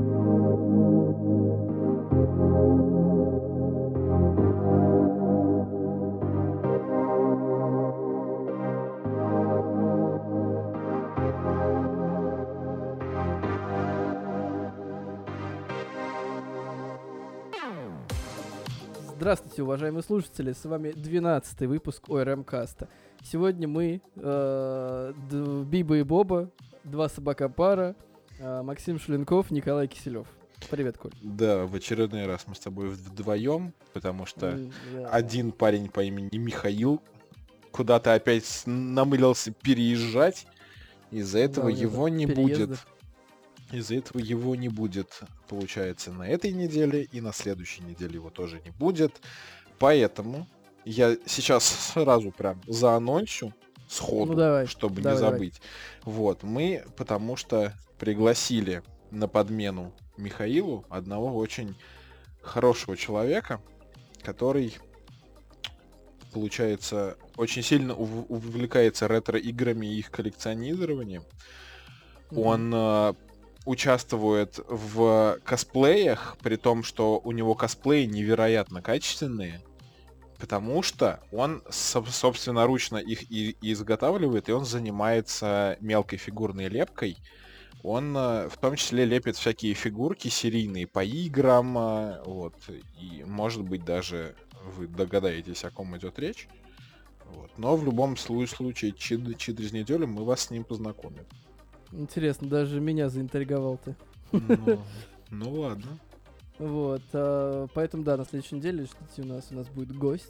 Здравствуйте, уважаемые слушатели, с вами 12-й выпуск ОРМ-каста. Сегодня мы, Биба и Боба, два собака-пара, Максим Шуленков, Николай Киселев. Привет, Коль. Да, в очередной раз мы с тобой вдвоем, потому что один парень по имени Михаил куда-то опять намылился переезжать, из-за этого его не будет. Из-за этого его не будет, получается, на этой неделе, и на следующей неделе его тоже не будет. Поэтому я сейчас сразу прям заанонсю сходу, чтобы не забыть. Вот, мы потому что пригласили на подмену Михаилу одного очень хорошего человека, который, получается, очень сильно увлекается ретро-играми и их коллекционированием. Он участвует в косплеях, при том, что у него косплеи невероятно качественные, потому что он собственноручно их и изготавливает, и он занимается мелкой фигурной лепкой. Он в том числе лепит всякие фигурки серийные по играм, вот, и может быть даже вы догадаетесь, о ком идет речь. Вот. Но в любом случае через неделю мы вас с ним познакомим. Интересно, даже меня заинтриговал ты. Ну ладно. Вот, поэтому да, на следующей неделе ждите, у нас будет гость,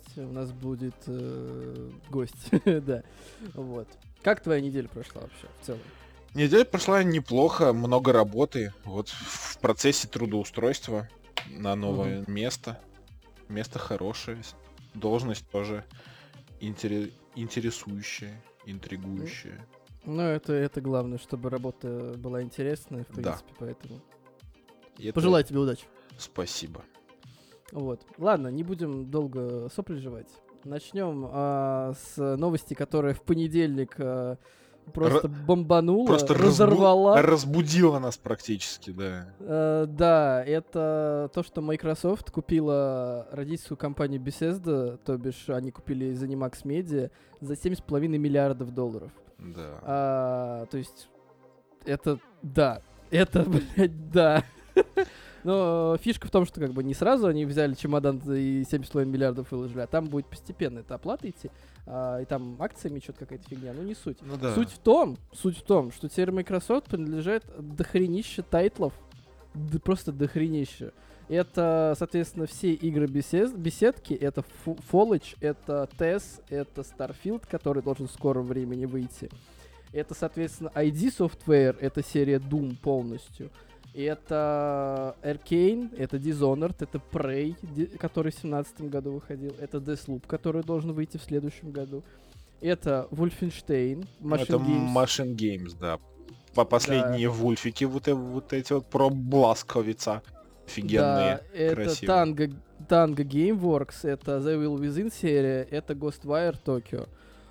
гость, да, вот. Как твоя неделя прошла вообще в целом? Неделя прошла неплохо, много работы, вот в процессе трудоустройства на новое место. Место хорошее, должность тоже интересующая, интригующая. Ну, это главное, чтобы работа была интересная, в принципе, поэтому пожелаю тебе удачи. Спасибо. Вот. Ладно, не будем долго сопли жевать. Начнем с новости, которая в понедельник просто бомбанула, просто разорвала. Разбудила нас практически, да. Да, это то, что Microsoft купила родительскую компанию Bethesda, то бишь они купили ZeniMax Media за $7,5 миллиардов. Да. То есть, это, блядь, да. Но фишка в том, что как бы не сразу они взяли чемодан и 7,5 миллиардов выложили, а там будет постепенно эта оплата идти, и там акциями что-то какая-то фигня, ну не суть. Ну, да. Суть в том, что теперь Microsoft принадлежит дохренище тайтлов, просто дохренище. Это, соответственно, все игры беседки, это Fallout, это TES, это Starfield, который должен в скором времени выйти. Это, соответственно, ID Software, это серия Doom полностью. Это Arcane, это Dishonored, это Prey, который в 2017 году выходил. Это Deathloop, который должен выйти в следующем году. Это Wolfenstein, Machine Games, да. Последние вульфики, вот эти вот про Бласковица. Офигенные, да, красивые. Это Tango Gameworks, это The Evil Within серия, это Ghostwire Tokyo.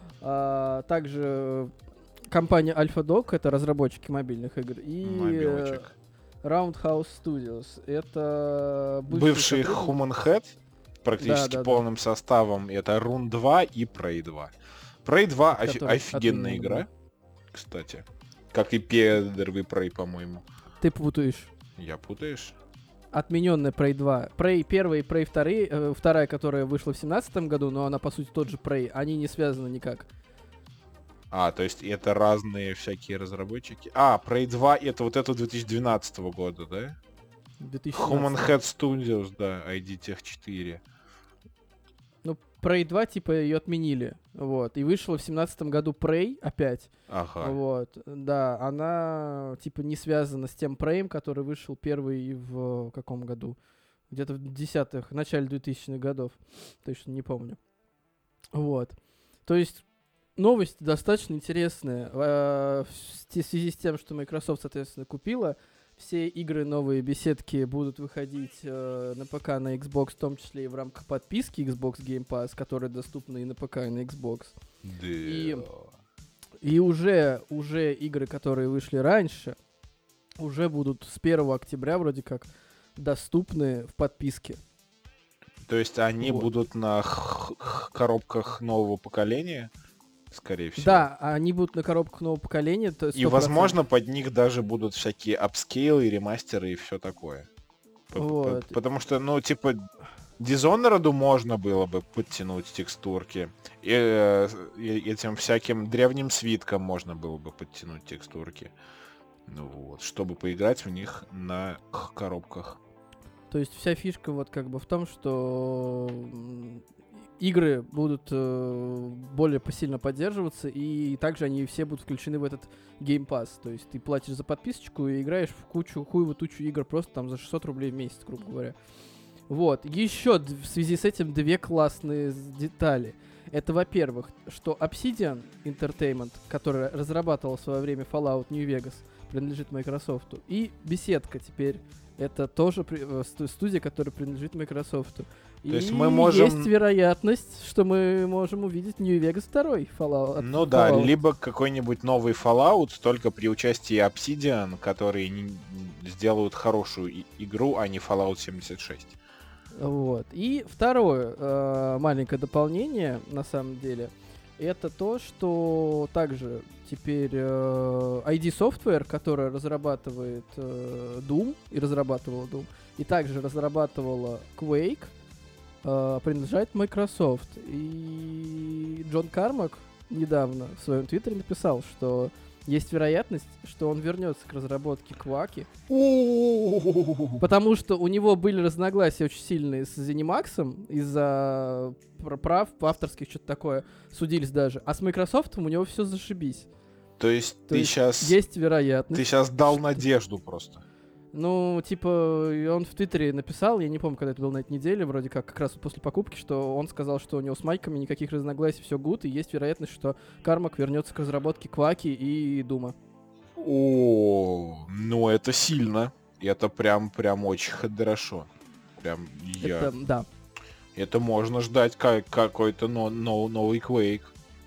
Также компания Alpha Dog, это разработчики мобильных игр. И Roundhouse Studios, это бывший Human Head, практически полным составом. Это Rune 2 и Prey 2. Prey 2 офигенная игра, кстати. Как и первый Prey, по-моему. Ты путаешь. Я путаешь? Отмененная Prey 2. Prey 1 и Prey 2, вторая, которая вышла в 2017 году, но она, по сути, тот же Prey. Они не связаны никак. То есть это разные всякие разработчики. Prey 2 это вот это 2012 года, да? 2017. Human Head Studios, да, ID Tech 4. Ну, Prey 2, типа, ее отменили. Вот. И вышла в 2017 году Prey опять. Ага. Вот. Да, она, типа, не связана с тем Prey, который вышел первый в каком году? Где-то в десятых, в начале 2000-х годов. Точно не помню. Вот. То есть, новость достаточно интересная. В связи с тем, что Microsoft, соответственно, купила, все игры новые беседки будут выходить на ПК, на Xbox, в том числе и в рамках подписки Xbox Game Pass, которые доступны и на ПК, и на Xbox. Да. И уже игры, которые вышли раньше, уже будут с 1 октября вроде как доступны в подписке. То есть они Вот. будут на коробках нового поколения, скорее всего. Да, они будут на коробках нового поколения. То есть И, возможно, под них даже будут всякие апскейлы, ремастеры и все такое. Вот. Потому что, ну, типа, Dishonored можно было бы подтянуть текстурки. И этим всяким древним свиткам можно было бы подтянуть текстурки. Ну вот, чтобы поиграть в них на коробках. То есть вся фишка вот как бы в том, что игры будут более посильно поддерживаться, и также они все будут включены в этот Game Pass. То есть ты платишь за подписочку и играешь в хуевую тучу игр просто там за 600 рублей в месяц, грубо говоря. Вот. Еще в связи с этим две классные детали. Это, во-первых, что Obsidian Entertainment, которая разрабатывала в свое время Fallout New Vegas, принадлежит Microsoft. И Беседка теперь это тоже студия, которая принадлежит Microsoft. То есть мы можем... Есть вероятность, что мы можем увидеть New Vegas 2 Fallout. Ну да, либо какой-нибудь новый Fallout, только при участии Obsidian, которые сделают хорошую игру, а не Fallout 76. Вот. И второе маленькое дополнение, на самом деле, это то, что также теперь ID Software, которая разрабатывает Doom, и разрабатывала Doom, и также разрабатывала Quake, принадлежит Microsoft. И Джон Кармак недавно в своем твиттере написал, что есть вероятность, что он вернется к разработке Кваки. Потому что у него были разногласия очень сильные с ZeniMax из-за прав авторских, что-то такое. Судились даже. А с Microsoft у него все зашибись. То есть ты сейчас... Есть вероятность. Ты сейчас дал надежду просто. Ну, типа, он в Твиттере написал, я не помню, когда это было на этой неделе, вроде как раз после покупки, что он сказал, что у него с майками никаких разногласий, все гуд, и есть вероятность, что Кармак вернется к разработке Кваки и Дума. О, ну это сильно. Это прям очень хорошо. Прям Это, да. Это можно ждать какой-то новый Quake.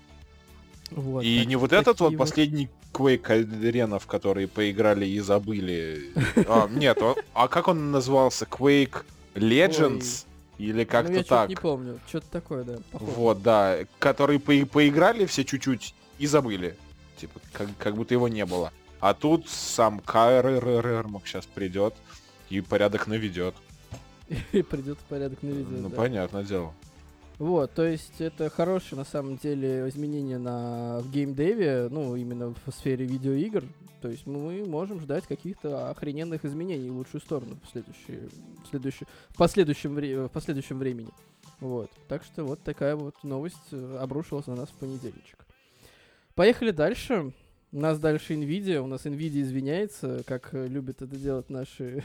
Вот, и не вот этот вот последний Quake Arena, в который поиграли и забыли. Нет, а как он назывался? Quake Legends? Или как-то я так? Не помню, что-то такое, да. Похоже. Вот, да. Который поиграли все чуть-чуть и забыли. Типа, как будто его не было. А тут сам Кармак сейчас придет и порядок наведет. И придет порядок наведет. Ну, да. понятное дело. Вот, то есть это хорошее, на самом деле, изменение в геймдеве, ну, именно в сфере видеоигр. То есть мы можем ждать каких-то охрененных изменений в лучшую сторону в последующем времени. Вот. Так что вот такая вот новость обрушилась на нас в понедельничек. Поехали дальше. У нас дальше NVIDIA. У нас NVIDIA извиняется, как любят это делать наши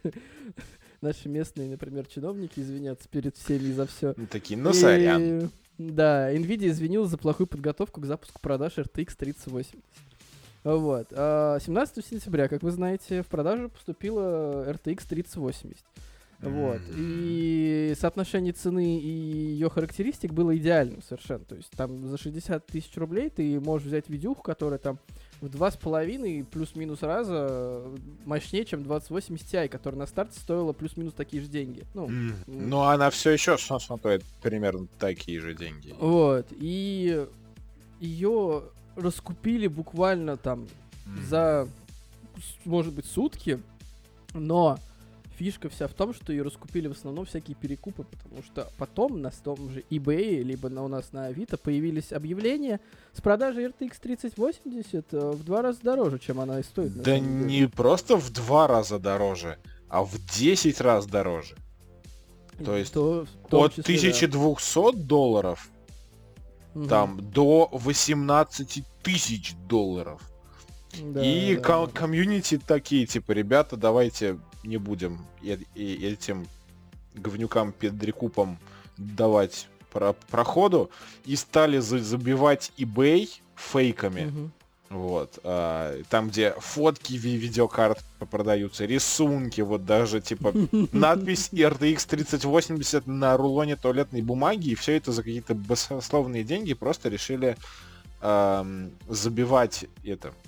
местные, например, чиновники извиняться перед всеми за все. Такие, ну сорян. Да, NVIDIA извинилась за плохую подготовку к запуску продаж RTX 3080. Вот. 17 сентября, как вы знаете, в продажу поступила RTX 3080. Вот. И соотношение цены и ее характеристик было идеальным совершенно. То есть там за 60 тысяч рублей ты можешь взять видюху, которая там в 2,5 плюс-минус раза мощнее, чем 2080 Ti, которая на старте стоила плюс-минус такие же деньги. Ну, она все еще стоит примерно такие же деньги. Вот. И ее раскупили буквально там за, может быть, сутки, но фишка вся в том, что ее раскупили в основном всякие перекупы, потому что потом на том же eBay, либо у нас на Авито появились объявления с продажей RTX 3080 в 2 раза дороже, чем она и стоит. Да не просто в 2 раза дороже, а в 10 раз дороже. То есть от $1200 там до 18 тысяч $. Да, и да. комьюнити такие, типа, ребята, давайте не будем этим говнюкам-педрекупам давать проходу, и стали забивать eBay фейками. Вот. Там, где фотки видеокарт продаются, рисунки, вот даже, типа, надпись RTX 3080 на рулоне туалетной бумаги, и все это за какие-то баснословные деньги просто решили забивать это.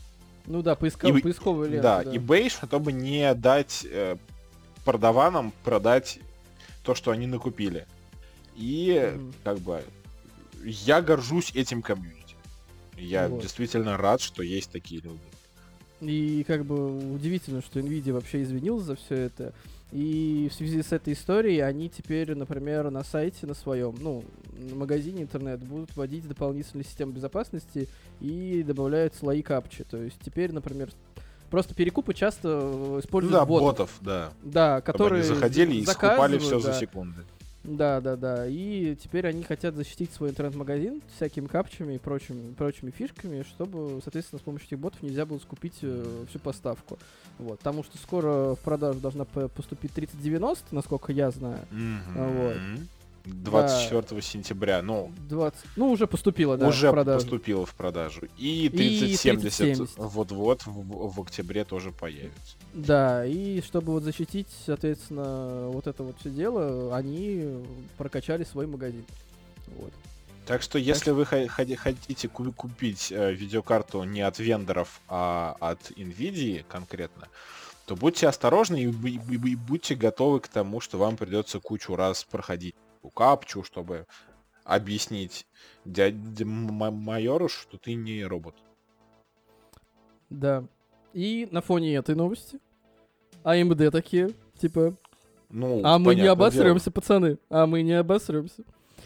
Ну да, поисковая лента. Да, eBay, чтобы не дать продаванам продать то, что они накупили. И как бы я горжусь этим комьюнити. Я действительно рад, что есть такие люди. И как бы удивительно, что Nvidia вообще извинилась за все это. И в связи с этой историей они теперь, например, на сайте на своем, ну, на магазине интернет будут вводить дополнительные системы безопасности и добавляют слои капчи. То есть теперь, например, просто перекупы часто используют ботов, да. Да, которые они заходили и скупали все за секунды. Да. И теперь они хотят защитить свой интернет-магазин всякими капчами и прочими фишками, чтобы, соответственно, с помощью этих ботов нельзя было скупить всю поставку. Вот. Потому что скоро в продажу должна поступить 3090, насколько я знаю. Вот. 24 сентября, ну... уже поступила, да, уже в продажу. Поступила в продажу. И 3070 вот-вот в октябре тоже появится. Да, и чтобы вот защитить, соответственно, вот это вот все дело, они прокачали свой магазин. Вот. Так что, если вы хотите купить видеокарту не от вендоров, а от Nvidia конкретно, то будьте осторожны и будьте готовы к тому, что вам придется кучу раз проходить капчу, чтобы объяснить дяде майору, что ты не робот. Да. И на фоне этой новости AMD такие, типа, мы не обосремся, пацаны, мы не обосремся.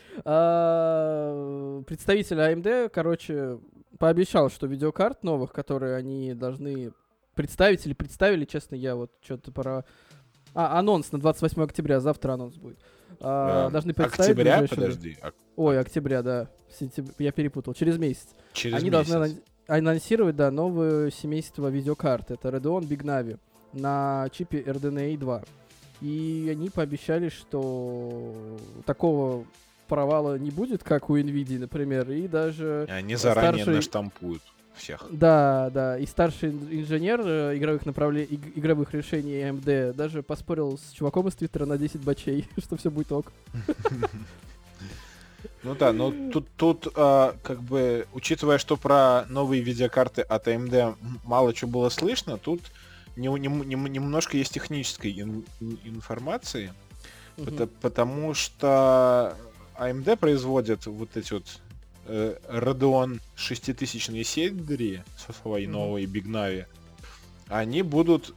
Представитель AMD, пообещал, что видеокарт новых, которые они должны представить или представили, честно, я вот что-то пора... анонс на 28 октября, завтра анонс будет. Должны представить... Октября, подожди. Октября, да. Я перепутал. Через месяц. Они должны анонсировать, да, новое семейство видеокарт. Это Radeon Big Navi на чипе RDNA 2. И они пообещали, что такого провала не будет, как у Nvidia, например, и даже... Они заранее наштампуют всех. Да. И старший инженер игровых решений AMD даже поспорил с чуваком из Твиттера на 10 бачей, что все будет ок. Ну да, но тут как бы, учитывая, что про новые видеокарты от AMD мало чего было слышно, тут немножко есть технической информации, потому что AMD производит вот эти вот Radeon 6000 серии со своей новой Big Navi. Они будут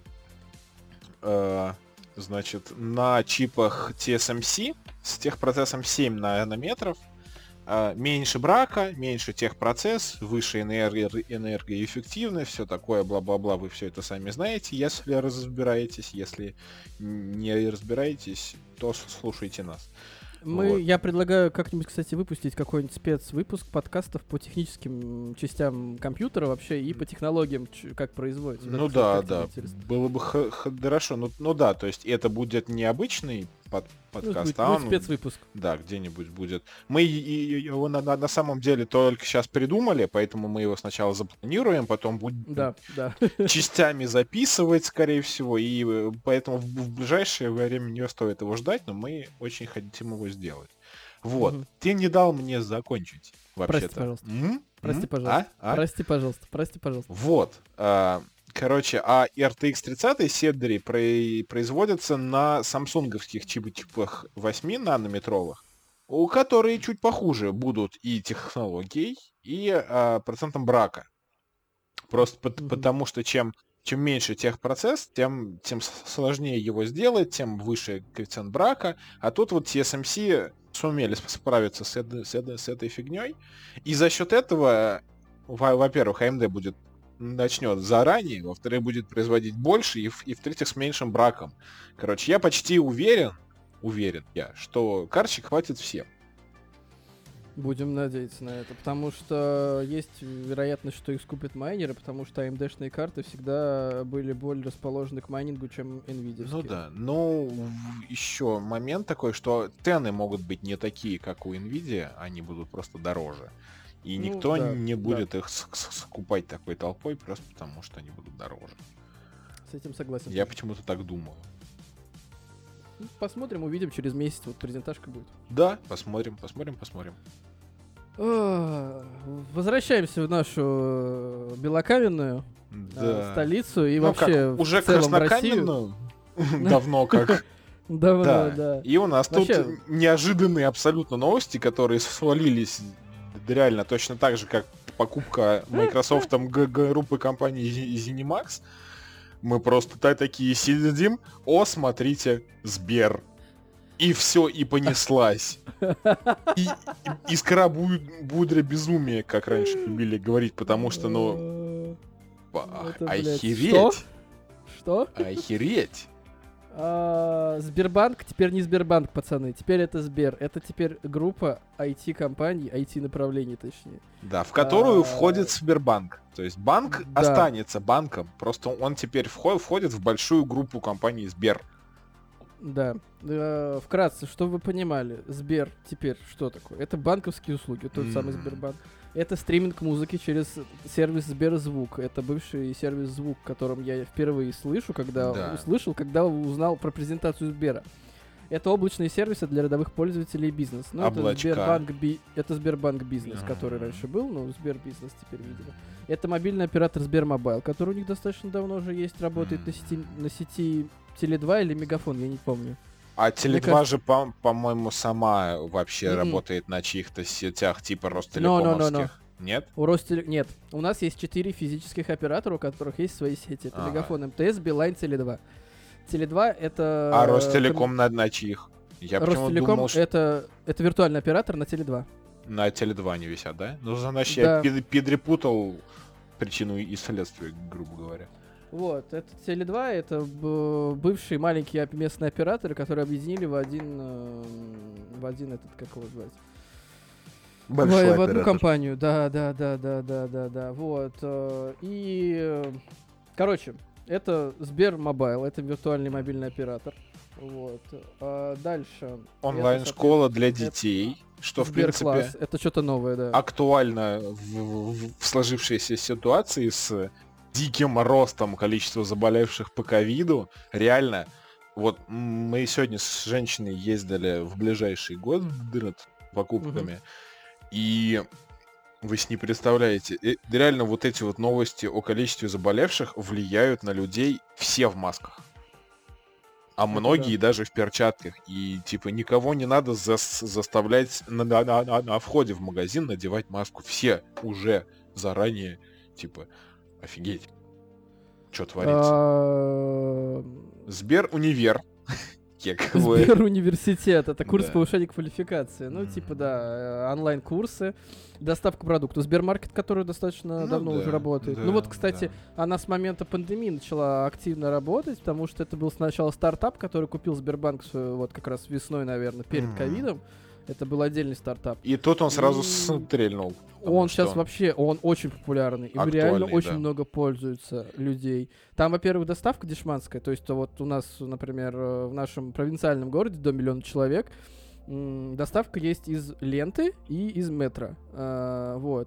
на чипах TSMC с техпроцессом 7 нанометров, меньше брака, меньше техпроцесс, выше энергоэффективность, все такое, бла-бла-бла, вы все это сами знаете, если разбираетесь, если не разбираетесь, то слушайте нас. Я предлагаю как-нибудь, кстати, выпустить какой-нибудь спецвыпуск подкастов по техническим частям компьютера вообще и по технологиям, как производится. Ну да. Было бы хорошо. Ну да, то есть это будет необычный подкаст, будет спецвыпуск. Да, где-нибудь будет. Мы его на самом деле только сейчас придумали, поэтому мы его сначала запланируем, потом будем частями записывать, скорее всего, и поэтому в ближайшее время не стоит его ждать, но мы очень хотим его сделать. Вот. Ты не дал мне закончить, вообще-то. Прости, пожалуйста. Прости, пожалуйста. Вот. Короче, RTX 30 серии производятся на самсунговских чипах 8 нанометровых, у которых чуть похуже будут и технологией, и процентом брака. Просто потому что чем меньше техпроцесс, тем сложнее его сделать, тем выше коэффициент брака. А тут вот TSMC сумели справиться с этой фигней. И за счет этого, во-первых, AMD начнет заранее, во-вторых, будет производить больше, и в-третьих, с меньшим браком. Короче, я почти уверен, что карточек хватит всем. Будем надеяться на это, потому что есть вероятность, что их скупят майнеры, потому что AMD-шные карты всегда были более расположены к майнингу, чем Nvidia. Ну да, но еще момент такой, что цены могут быть не такие, как у Nvidia, они будут просто дороже. И никто не будет их скупать такой толпой, просто потому что они будут дороже. С этим согласен. Я почему-то так думаю. Посмотрим, увидим через месяц, вот презентажка будет. Да, посмотрим. Возвращаемся в нашу белокаменную столицу и Ну, вообще как, уже в целом в Россию. краснокаменную, давно как. Давно, Да. да. И у нас Вообще- тут неожиданные абсолютно новости, которые свалились реально точно так же, как покупка Microsoft группы компании ZeniMax. Мы просто такие сидим, смотрите, Сбер. И все, и понеслась. И искра будря безумия, как раньше любили говорить, потому что, Это, блядь, охереть. Что? Охереть. Сбербанк теперь не Сбербанк, пацаны. Теперь это Сбер. Это теперь группа IT-компаний, IT-направлений, точнее. Да, в которую входит Сбербанк. То есть банк Да. останется банком, просто он теперь входит в большую группу компаний Сбер. Да. Вкратце, чтобы вы понимали, Сбер теперь что такое? Это банковские услуги, тот самый Сбербанк. Это стриминг музыки через сервис Сберзвук. Это бывший сервис Звук, которым я впервые слышу, когда узнал про презентацию Сбера. Это облачные сервисы для рядовых пользователей и бизнеса. Ну, это Сбербанк Бизнес, который раньше был, но Сбер Бизнес теперь, видимо. Это мобильный оператор Сбермобайл, который у них достаточно давно уже есть, работает на сети Теле2 или Мегафон, я не помню. А Теле2 кажется- же, по-моему, сама вообще работает на чьих-то сетях типа Ростелекомовских. Нет? Нет, у нас есть 4 физических оператора, у которых есть свои сети. Это Ага. Мегафон, МТС, Билайн, Теле2. Теле2 это... А Ростелеком на чьих? Я почему-то Ростелеком думал, что это виртуальный оператор на Теле2. на Теле2 они висят, да? Ну, значит, Да. я перепутал причину и следствие, грубо говоря. Вот, это Теле2, это бывшие маленькие местные операторы, которые объединили в один этот, как его звать? Большой в одну оператор. компанию, да, вот. Короче, это Сбермобайл, это виртуальный мобильный оператор. Вот. Дальше. Онлайн-школа для детей, что, в принципе, Сберкласс, это что-то новое, да. актуально в сложившейся ситуации с диким ростом количества заболевших по ковиду. Реально, вот мы сегодня с женщиной ездили в ближайший год покупками, и вы с не представляете, реально вот эти вот новости о количестве заболевших влияют на людей все в масках. А многие даже в перчатках. И типа никого не надо заставлять на входе в магазин надевать маску. Все уже заранее, типа, офигеть. Что творится? Сбер-универ. Сбер-университет, это курс Да. повышения квалификации. Ну, типа, да, онлайн-курсы, доставка продуктов. Сбермаркет, который достаточно давно уже работает. Ну вот, кстати, она с момента пандемии начала активно работать, потому что это был сначала стартап, который купил Сбербанк вот как раз весной, наверное, перед ковидом. Это был отдельный стартап. И тут он сразу И стрельнул. Он сейчас вообще, он очень популярный. Им реально Актуальный, очень да. много пользуются людей. Там, во-первых, доставка дешманская. То есть вот у нас, например, в нашем провинциальном городе до 1 миллиона человек доставка есть из ленты и из метро. Вот.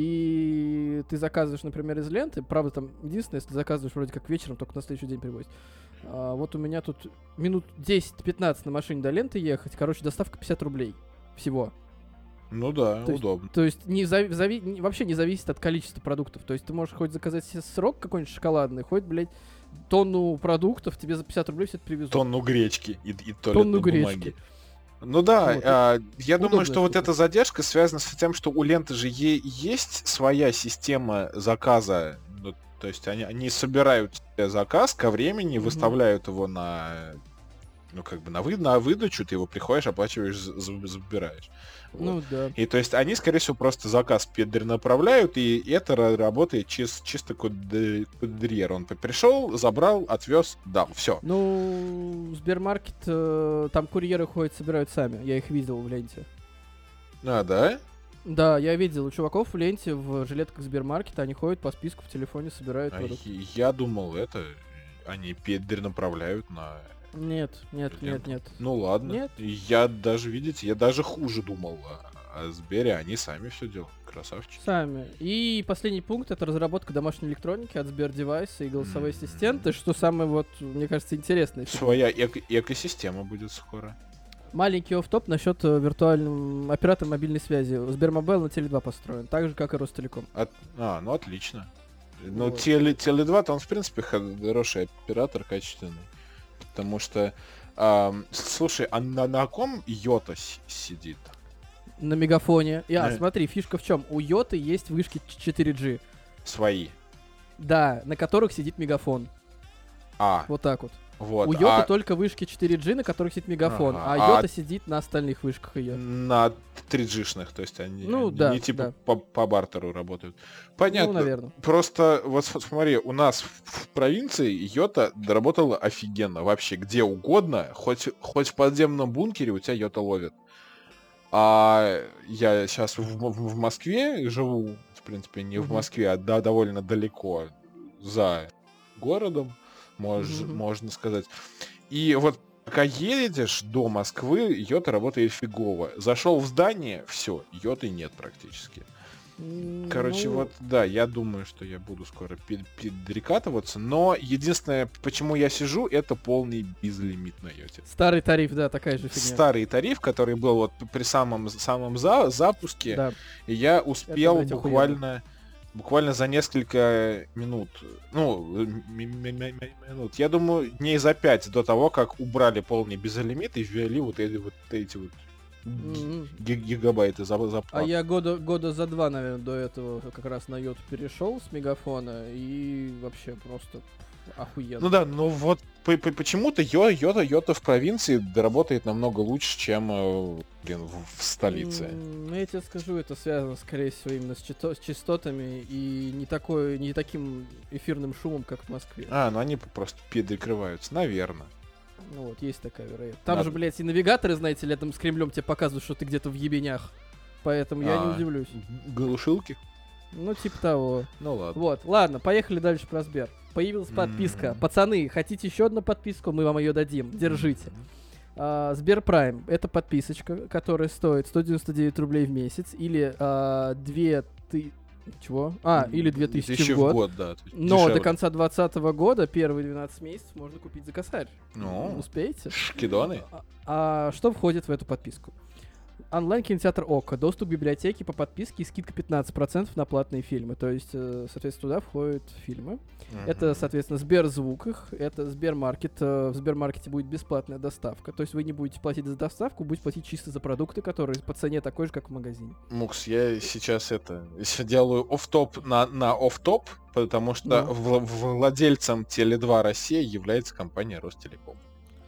И ты заказываешь, например, из ленты. Правда, там единственное, если заказываешь вроде как вечером, только на следующий день привозят. Вот у меня тут минут 10-15 на машине до ленты ехать. Короче, доставка 50 рублей всего. Ну да, То есть- удобно. То есть вообще не зависит от количества продуктов. То есть ты можешь хоть заказать себе сырок какой-нибудь шоколадный, хоть, блядь, тонну продуктов, тебе за 50 рублей все это привезут. Тонну гречки и Тонну туалетной гречки. бумаги. Ну да, Вот, я думаю, удобная что вот штука. эта задержка связана с тем, что у ленты же есть своя система заказа. Ну, то есть они собирают тебе заказ ко времени, выставляют его на, ну как бы на выдачу, ты его приходишь, оплачиваешь, забираешь. Вот. Ну да. И то есть они, скорее всего, просто заказ перенаправляют, и это работает чисто курьер. Он пришел, забрал, отвез, дал, все. Ну, Сбермаркет, там курьеры ходят, собирают сами. Я их видел в ленте. А, да? Да, я видел у чуваков в ленте в жилетках Сбермаркета, они ходят по списку в телефоне, собирают А продукты. я думал, они перенаправляют на... Нет. Ну ладно. Нет. Я даже хуже думал о Сбере, они сами все делают. Красавчики. Сами. И последний пункт — это разработка домашней электроники от Сбердевайса и голосовые ассистенты, что самое, вот, мне кажется, интересное. Своя экосистема будет скоро. Маленький офф-топ насчет виртуального оператора мобильной связи. Сбермобайл на Теле2 построен, так же, как и Ростелеком. Ну отлично. Но Вот. Теле2, он в принципе хороший оператор, качественный. Потому что, слушай, а на ком Йота сидит? На Мегафоне. Да. Смотри, фишка в чем? У Йоты есть вышки 4G. Свои. Да, на которых сидит Мегафон. Вот так вот. Вот. У Йоты только вышки 4G, на которых сидит Мегафон, Ага, а Йота сидит на остальных вышках ее. На 3G-шных, то есть они да, не типа да. по бартеру работают. Понятно. Ну, наверное. Просто вот смотри, у нас в провинции Йота доработала офигенно. Вообще где угодно, хоть в подземном бункере у тебя Йота ловит. А я сейчас в Москве живу, в принципе, не в Москве, а довольно далеко за городом, можно сказать. И вот пока едешь до Москвы, Йота работает фигово. Зашел в здание, все, Йоты нет практически. Короче, вот, да, я думаю, что я буду скоро перекатываться, но единственное, почему я сижу, это полный безлимит на Йоте. Старый тариф, да, такая же фигня. Старый тариф, который был вот при самом запуске, да. И я успел буквально за несколько минут, минут, я думаю, дней за 5 до того, как убрали полный безлимит и ввели вот эти гигабайты за А я года за 2, наверное, до этого как раз на Йоту перешел с Мегафона, и вообще просто охуенно. Ну да, но вот почему-то Йота в провинции работает намного лучше, чем в столице. Я тебе скажу, это связано, скорее всего, именно с частотами и не таким эфирным шумом, как в Москве. Ну они просто перекрываются, наверное. Ну вот, есть такая вероятность. Там же, блядь, и навигаторы, знаете, летом с Кремлем тебе показывают, что ты где-то в ебенях. Поэтому я не удивлюсь. Глушилки? Ну, типа того. Ну ладно. Вот, ладно, поехали дальше про Сбер. Появилась подписка. Пацаны, хотите еще одну подписку? Мы вам ее дадим. Держите. Сбер Прайм. Это подписочка, которая стоит 199 рублей в месяц. Или 2000... Чего? Или 2000 в год. Да. Но дешевле. до конца 2020 года, первые 12 месяцев, можно купить за косарь. Успеете? Шкидоны. Что входит в эту подписку? Онлайн-кинотеатр ОККО, доступ к библиотеке по подписке и скидка 15% на платные фильмы. То есть, соответственно, туда входят фильмы. Это, соответственно, Сберзвук их, это Сбермаркет. В Сбермаркете будет бесплатная доставка. То есть вы не будете платить за доставку, будете платить чисто за продукты, которые по цене такой же, как в магазине. Мукс, я сейчас делаю офф-топ на офф-топ, потому что владельцем Теле2 Россия является компания Ростелеком.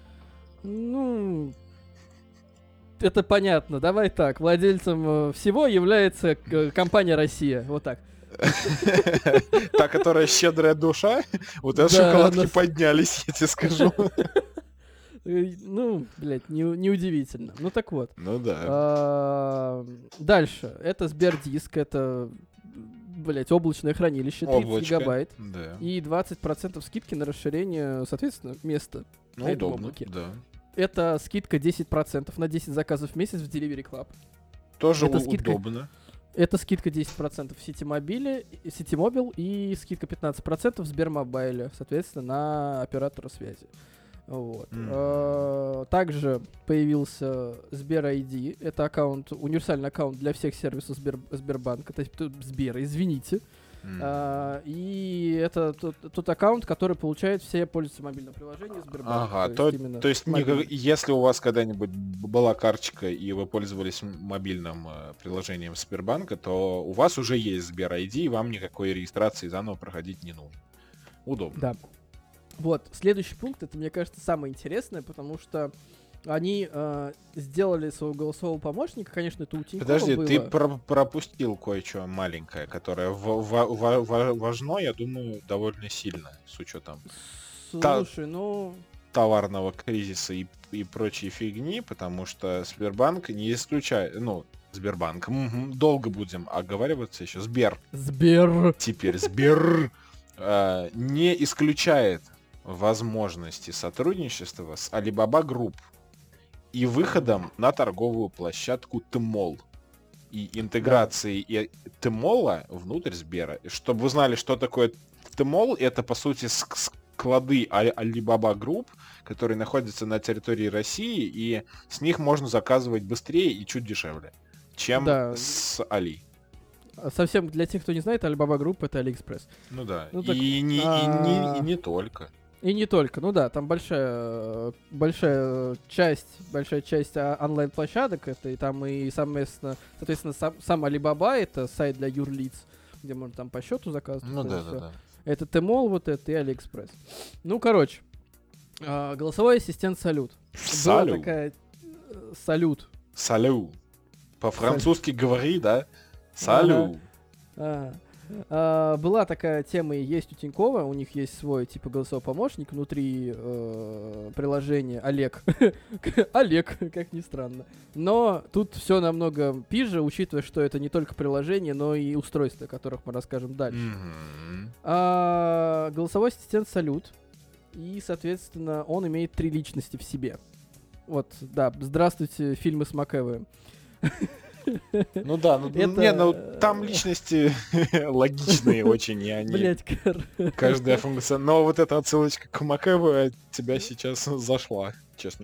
Это понятно. Давай так. Владельцем всего является компания «Россия». Вот так. Та, которая щедрая душа, вот это шоколадки поднялись, я тебе скажу. Неудивительно. Ну так вот. Ну да. Дальше. Это Сбердиск, это, облачное хранилище, 30 гигабайт. Да. И 20% скидки на расширение, соответственно, места на этом облаке. Да. Это скидка 10% на 10 заказов в месяц в Delivery Club. Тоже удобно. Это скидка 10% в Ситимобил и скидка 15% в Сбермобайле, соответственно, на оператора связи. Вот. Также появился Сбер ID. Это универсальный аккаунт для всех сервисов Сбербанка. То есть Сбера, извините. И это тот аккаунт, который получает все пользователи мобильного приложения Сбербанка. То есть если у вас когда-нибудь была карточка и вы пользовались мобильным приложением Сбербанка, то у вас уже есть Сбер ID, и вам никакой регистрации заново проходить не нужно. Удобно. Да. Вот, следующий пункт, это, мне кажется, самое интересное, потому что они сделали своего голосового помощника, конечно, это у Тинькова Подожди, было. ты пропустил кое-что маленькое, которое важно, я думаю, довольно сильно, с учетом товарного кризиса и прочей фигни, потому что Сбербанк не исключает, Сбербанк, долго будем оговариваться еще, Сбер. Теперь Сбер не исключает возможности сотрудничества с Alibaba Group и выходом на торговую площадку Тмол и интеграцией Тмола внутрь Сбера. Чтобы вы знали, что такое Тмол, это по сути склады Alibaba Group, которые находятся на территории России, и с них можно заказывать быстрее и чуть дешевле, чем с Али. Совсем для тех, кто не знает, Alibaba Group — это AliExpress. Ну да, Ну, так, и не только. И не только, ну да, там большая часть онлайн-площадок, это и там и соответственно, сам Alibaba, это сайт для юрлиц, где можно там по счету заказывать. Ну да. Это Tmall, вот это и AliExpress. Ну, короче, голосовой ассистент Салют. Была такая... Салют. Салют. По-французски говори, да? Салют. Была такая тема и есть у Тинькова, у них есть свой типа голосовой помощник внутри приложения Олег. Олег, как ни странно. Но тут все намного пизже, учитывая, что это не только приложение, но и устройства, о которых мы расскажем дальше. Голосовой ассистент Салют. И, соответственно, он имеет 3 личности в себе. Вот, да, здравствуйте, фильмы с Макэвоем. Ну да, там личности логичные очень, и они... Блять, каждая функция... Но вот эта отсылочка к Макэву от тебя сейчас зашла, честно.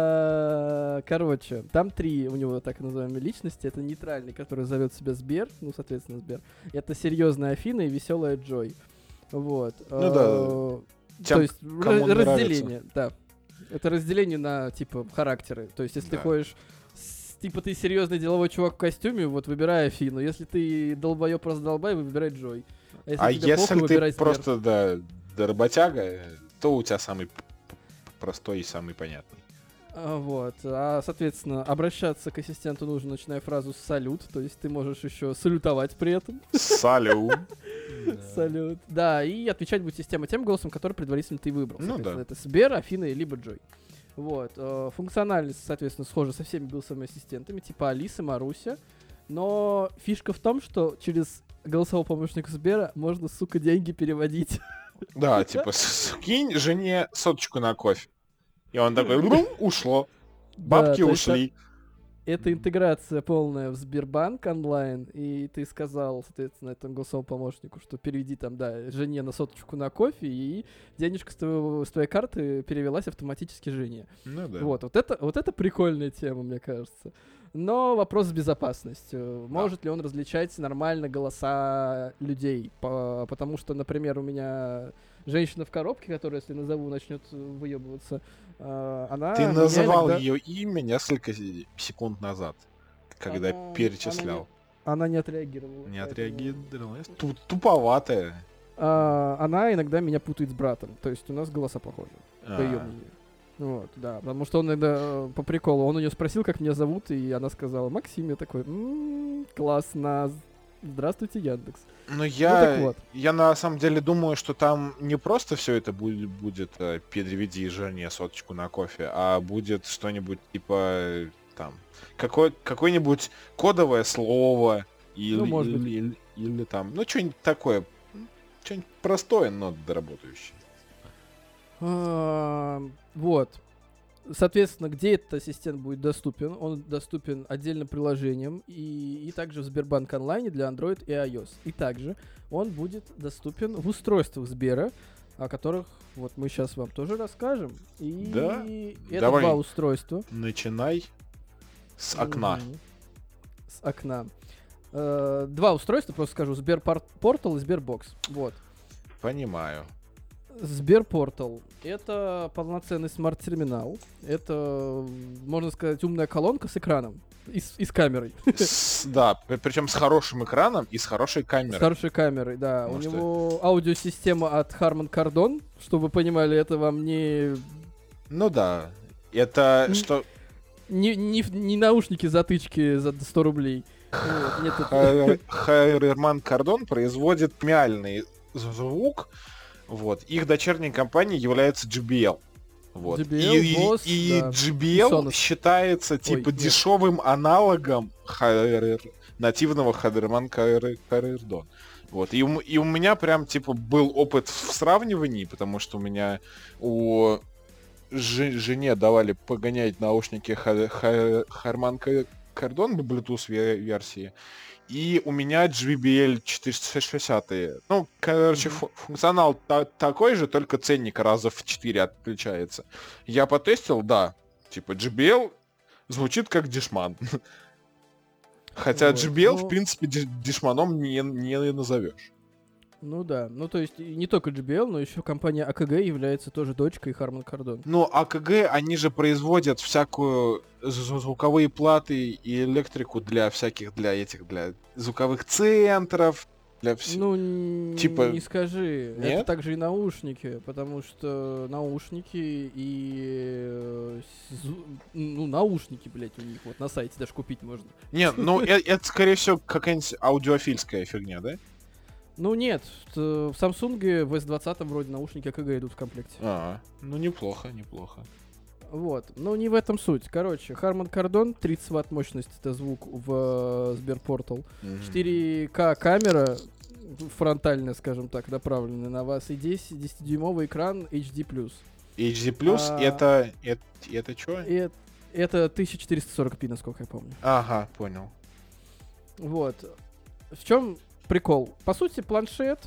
Короче, там 3 у него так называемые личности. Это нейтральный, который зовет себя Сбер, ну, соответственно, Сбер. Это серьезная Афина и веселая Джой. Вот. Ну да. То есть разделение, да. Это разделение на, типа, характеры. То есть, если ты ходишь... Типа ты серьезный деловой чувак в костюме, вот выбирай Афину. Если ты долбоёб просто долбай, выбирай Джой. Если ты просто, да, работяга, то у тебя самый простой и самый понятный. Вот. Соответственно, обращаться к ассистенту нужно, начиная фразу с «салют», то есть ты можешь еще салютовать при этом. Салют. Салют. Да, и отвечать будет система тем голосом, который предварительно ты выбрал. Ну да. Это Сбер, Афина, либо Джой. Вот. Функциональность, соответственно, схожа со всеми голосовыми ассистентами, типа Алисы, Маруся. Но фишка в том, что через голосового помощника Сбера можно, сука, деньги переводить. Да, типа, скинь жене 100 на кофе. И он такой, ушло. Бабки ушли. Это интеграция полная в Сбербанк онлайн, и ты сказал, соответственно, этому голосовому помощнику, что переведи там, да, жене на 100 на кофе, и денежка с твоей карты перевелась автоматически жене. Ну да. Вот это прикольная тема, мне кажется. Но вопрос с безопасностью. Может ли он различать нормально голоса людей? Потому что, например, у меня женщина в коробке, которая, если назову, начнет выебываться, она... Ты называл ее имя несколько секунд назад, когда перечислял. Она не отреагировала. Не отреагировала? Туповатая. Она иногда меня путает с братом. То есть у нас голоса похожи, по ее мнению. Вот, да, потому что он иногда по приколу, он у нее спросил, как меня зовут, и она сказала Максим, я такой, классно, здравствуйте, Яндекс. Но я на самом деле думаю, что там не просто все это будет переведи жене 100 на кофе, а будет что-нибудь типа там какое-нибудь кодовое слово или там, ну что-нибудь такое, что-нибудь простое, но доработающее. Вот. Соответственно, где этот ассистент будет доступен? Он доступен отдельным приложением и также в Сбербанк онлайне для Android и iOS. И также он будет доступен в устройствах Сбера, о которых вот мы сейчас вам тоже расскажем. И это давай 2 устройства. Начинай с окна. С окна. 2 устройства, просто скажу, Сберпортал и Сбербокс. Вот. Понимаю. Сберпортал — это полноценный смарт-терминал. Это, можно сказать, умная колонка с экраном и с камерой. Да, причем с хорошим экраном и с хорошей камерой. С хорошей камерой, да. У него аудиосистема от Harman Kardon, чтобы вы понимали, это вам не... Ну да, это что... Не наушники-затычки за 100 рублей. Harman Kardon производит премиальный звук. Вот. Их дочерней компанией является JBL. Вот. JBL, и JBL считается типа дешевым аналогом нативного Harman Kardon. Вот. И у меня прям типа был опыт в сравнивании, потому что у меня жене давали погонять наушники Harman Kardon в Bluetooth версии. и у меня JBL 460. Ну, короче, функционал такой же, только ценник раза в 4 отличается. Я потестил, да, типа JBL звучит как дешман. Хотя Вот, JBL, в ну, принципе, дешманом не назовешь. ну да, ну то есть и не только JBL, но еще компания AKG является тоже дочкой Harman Kardon. Ну, АКГ, они же производят всякую звуковые платы и электрику для всяких, для звуковых центров, для Ну, типа, не скажи. Это нет? также и наушники, потому что наушники и... Ну, наушники, блядь, у них вот на сайте даже купить можно. Нет, ну, это, скорее всего, какая-нибудь аудиофильская фигня, да? Ну нет, в Samsung в S20 вроде наушники AKG идут в комплекте. Ну неплохо, неплохо. Вот, но не в этом суть. Короче, Harman Kardon, 30 Вт мощность, это звук в Сберпортал. 4К камера, фронтальная, скажем так, направленная на вас, и 10-дюймовый экран HD+. HD+, это что? Это 1440p, насколько я помню. Ага, понял. Вот. В чем прикол? По сути, планшет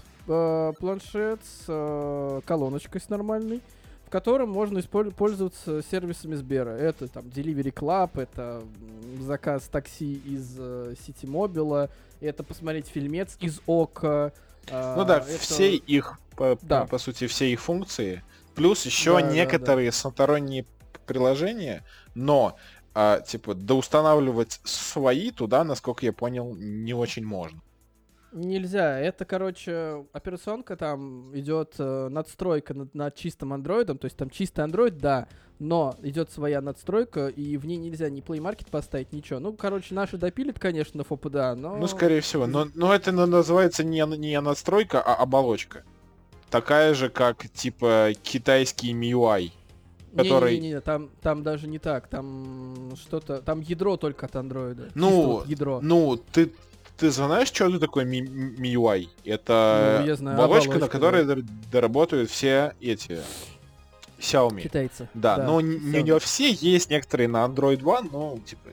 с колоночкой с нормальной, в котором можно пользоваться сервисами Сбера. Это там Delivery Club, это заказ такси из Ситимобила, это посмотреть фильмец из ОК. Ну да, это... все их, по сути, все их функции. Плюс еще некоторые сторонние приложения, но типа доустанавливать свои туда, насколько я понял, не очень можно. Нельзя. Это, короче, операционка, там идет надстройка над чистым андроидом, то есть там чистый андроид, да, но идет своя надстройка, и в ней нельзя ни Play Market поставить, ничего. Ну, короче, наши допилят, конечно, на FOPDA, но... Ну, скорее всего. Но это называется не надстройка, а оболочка. Такая же, как, типа, китайский MIUI. Который... Не-не-не, там даже не так, там что-то... Там ядро только от андроида. Ну, вот ядро. Ну, ты знаешь, что это такое MIUI? Это я знаю, оболочка, на которой доработают все эти Xiaomi. Китайцы. Да, но не все, есть некоторые на Android One, но типа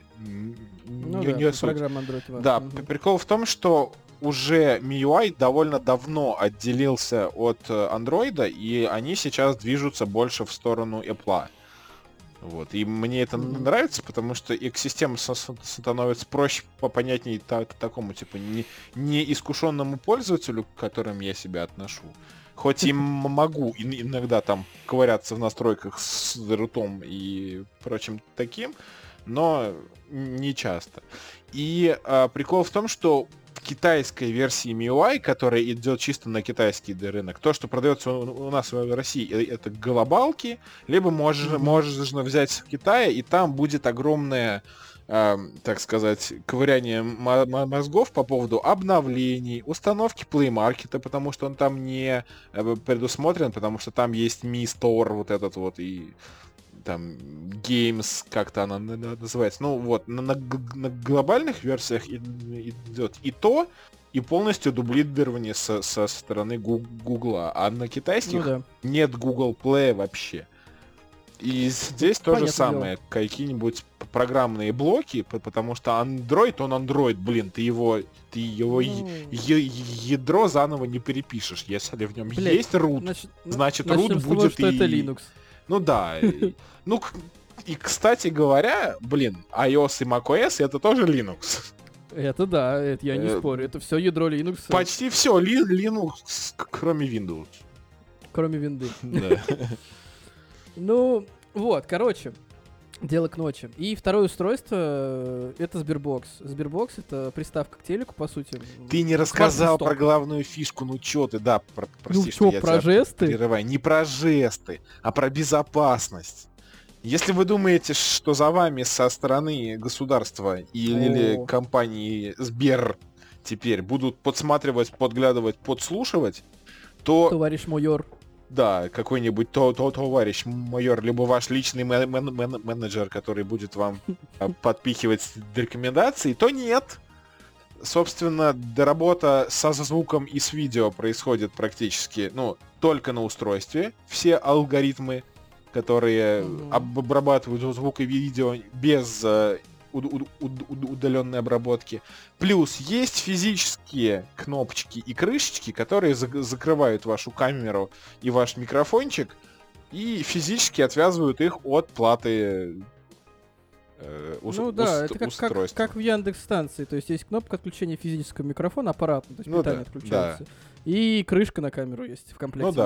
не суть. Программа Android One. Да, прикол в том, что уже MIUI довольно давно отделился от Android, и они сейчас движутся больше в сторону Apple. Вот. И мне это нравится, потому что экосистема становится проще, понятнее такому, типа, не искушенному пользователю, к которым я себя отношу. Хоть и могу иногда там ковыряться в настройках с рутом и прочим таким, но не часто. И прикол в том, что в китайской версии MIUI, которая идет чисто на китайский рынок, то, что продается у нас в России, это глобалки, либо можно взять в Китае, и там будет огромное, так сказать, ковыряние мозгов по поводу обновлений, установки Play Market, потому что он там не предусмотрен, потому что там есть Mi Store, вот этот вот, и там Games, как-то она называется. Ну вот, на глобальных версиях идет и то, и полностью дублирование со стороны Гугла. А на китайских нет Google Play вообще. И здесь то же самое. Какие-нибудь программные блоки, потому что Android, он Android, блин, ты его ядро заново не перепишешь. Если в нем есть root, значит root будет что это Linux. Ну да. Ну, и, кстати говоря, блин, iOS и macOS это тоже Linux. Это да, это я не спорю. Это все ядро Linux. Почти все Linux, кроме Windows. Кроме винды. Да. Ну, вот, короче, дело к ночи. И второе устройство это Sberbox. Sberbox это приставка к телеку, по сути. Ты не рассказал про главную фишку, ну чё ты, да, прости, что я про жесты? Прерываю. Не про жесты, а про безопасность. Если вы думаете, что за вами со стороны государства или компании Сбер теперь будут подсматривать, подглядывать, подслушивать, то... Товарищ майор. Да, какой-нибудь товарищ майор, либо ваш личный менеджер, который будет вам подпихивать рекомендации, то нет. Собственно, доработа со звуком и с видео происходит практически, ну, только на устройстве. Все алгоритмы, которые обрабатывают звук и видео без удаленной обработки. Плюс есть физические кнопочки и крышечки, которые закрывают вашу камеру и ваш микрофончик, и физически отвязывают их от платы это устройства. как в Яндекс-станции. То есть кнопка отключения физического микрофона аппаратного, то есть питание отключается. Да. И крышка на камеру есть в комплекте.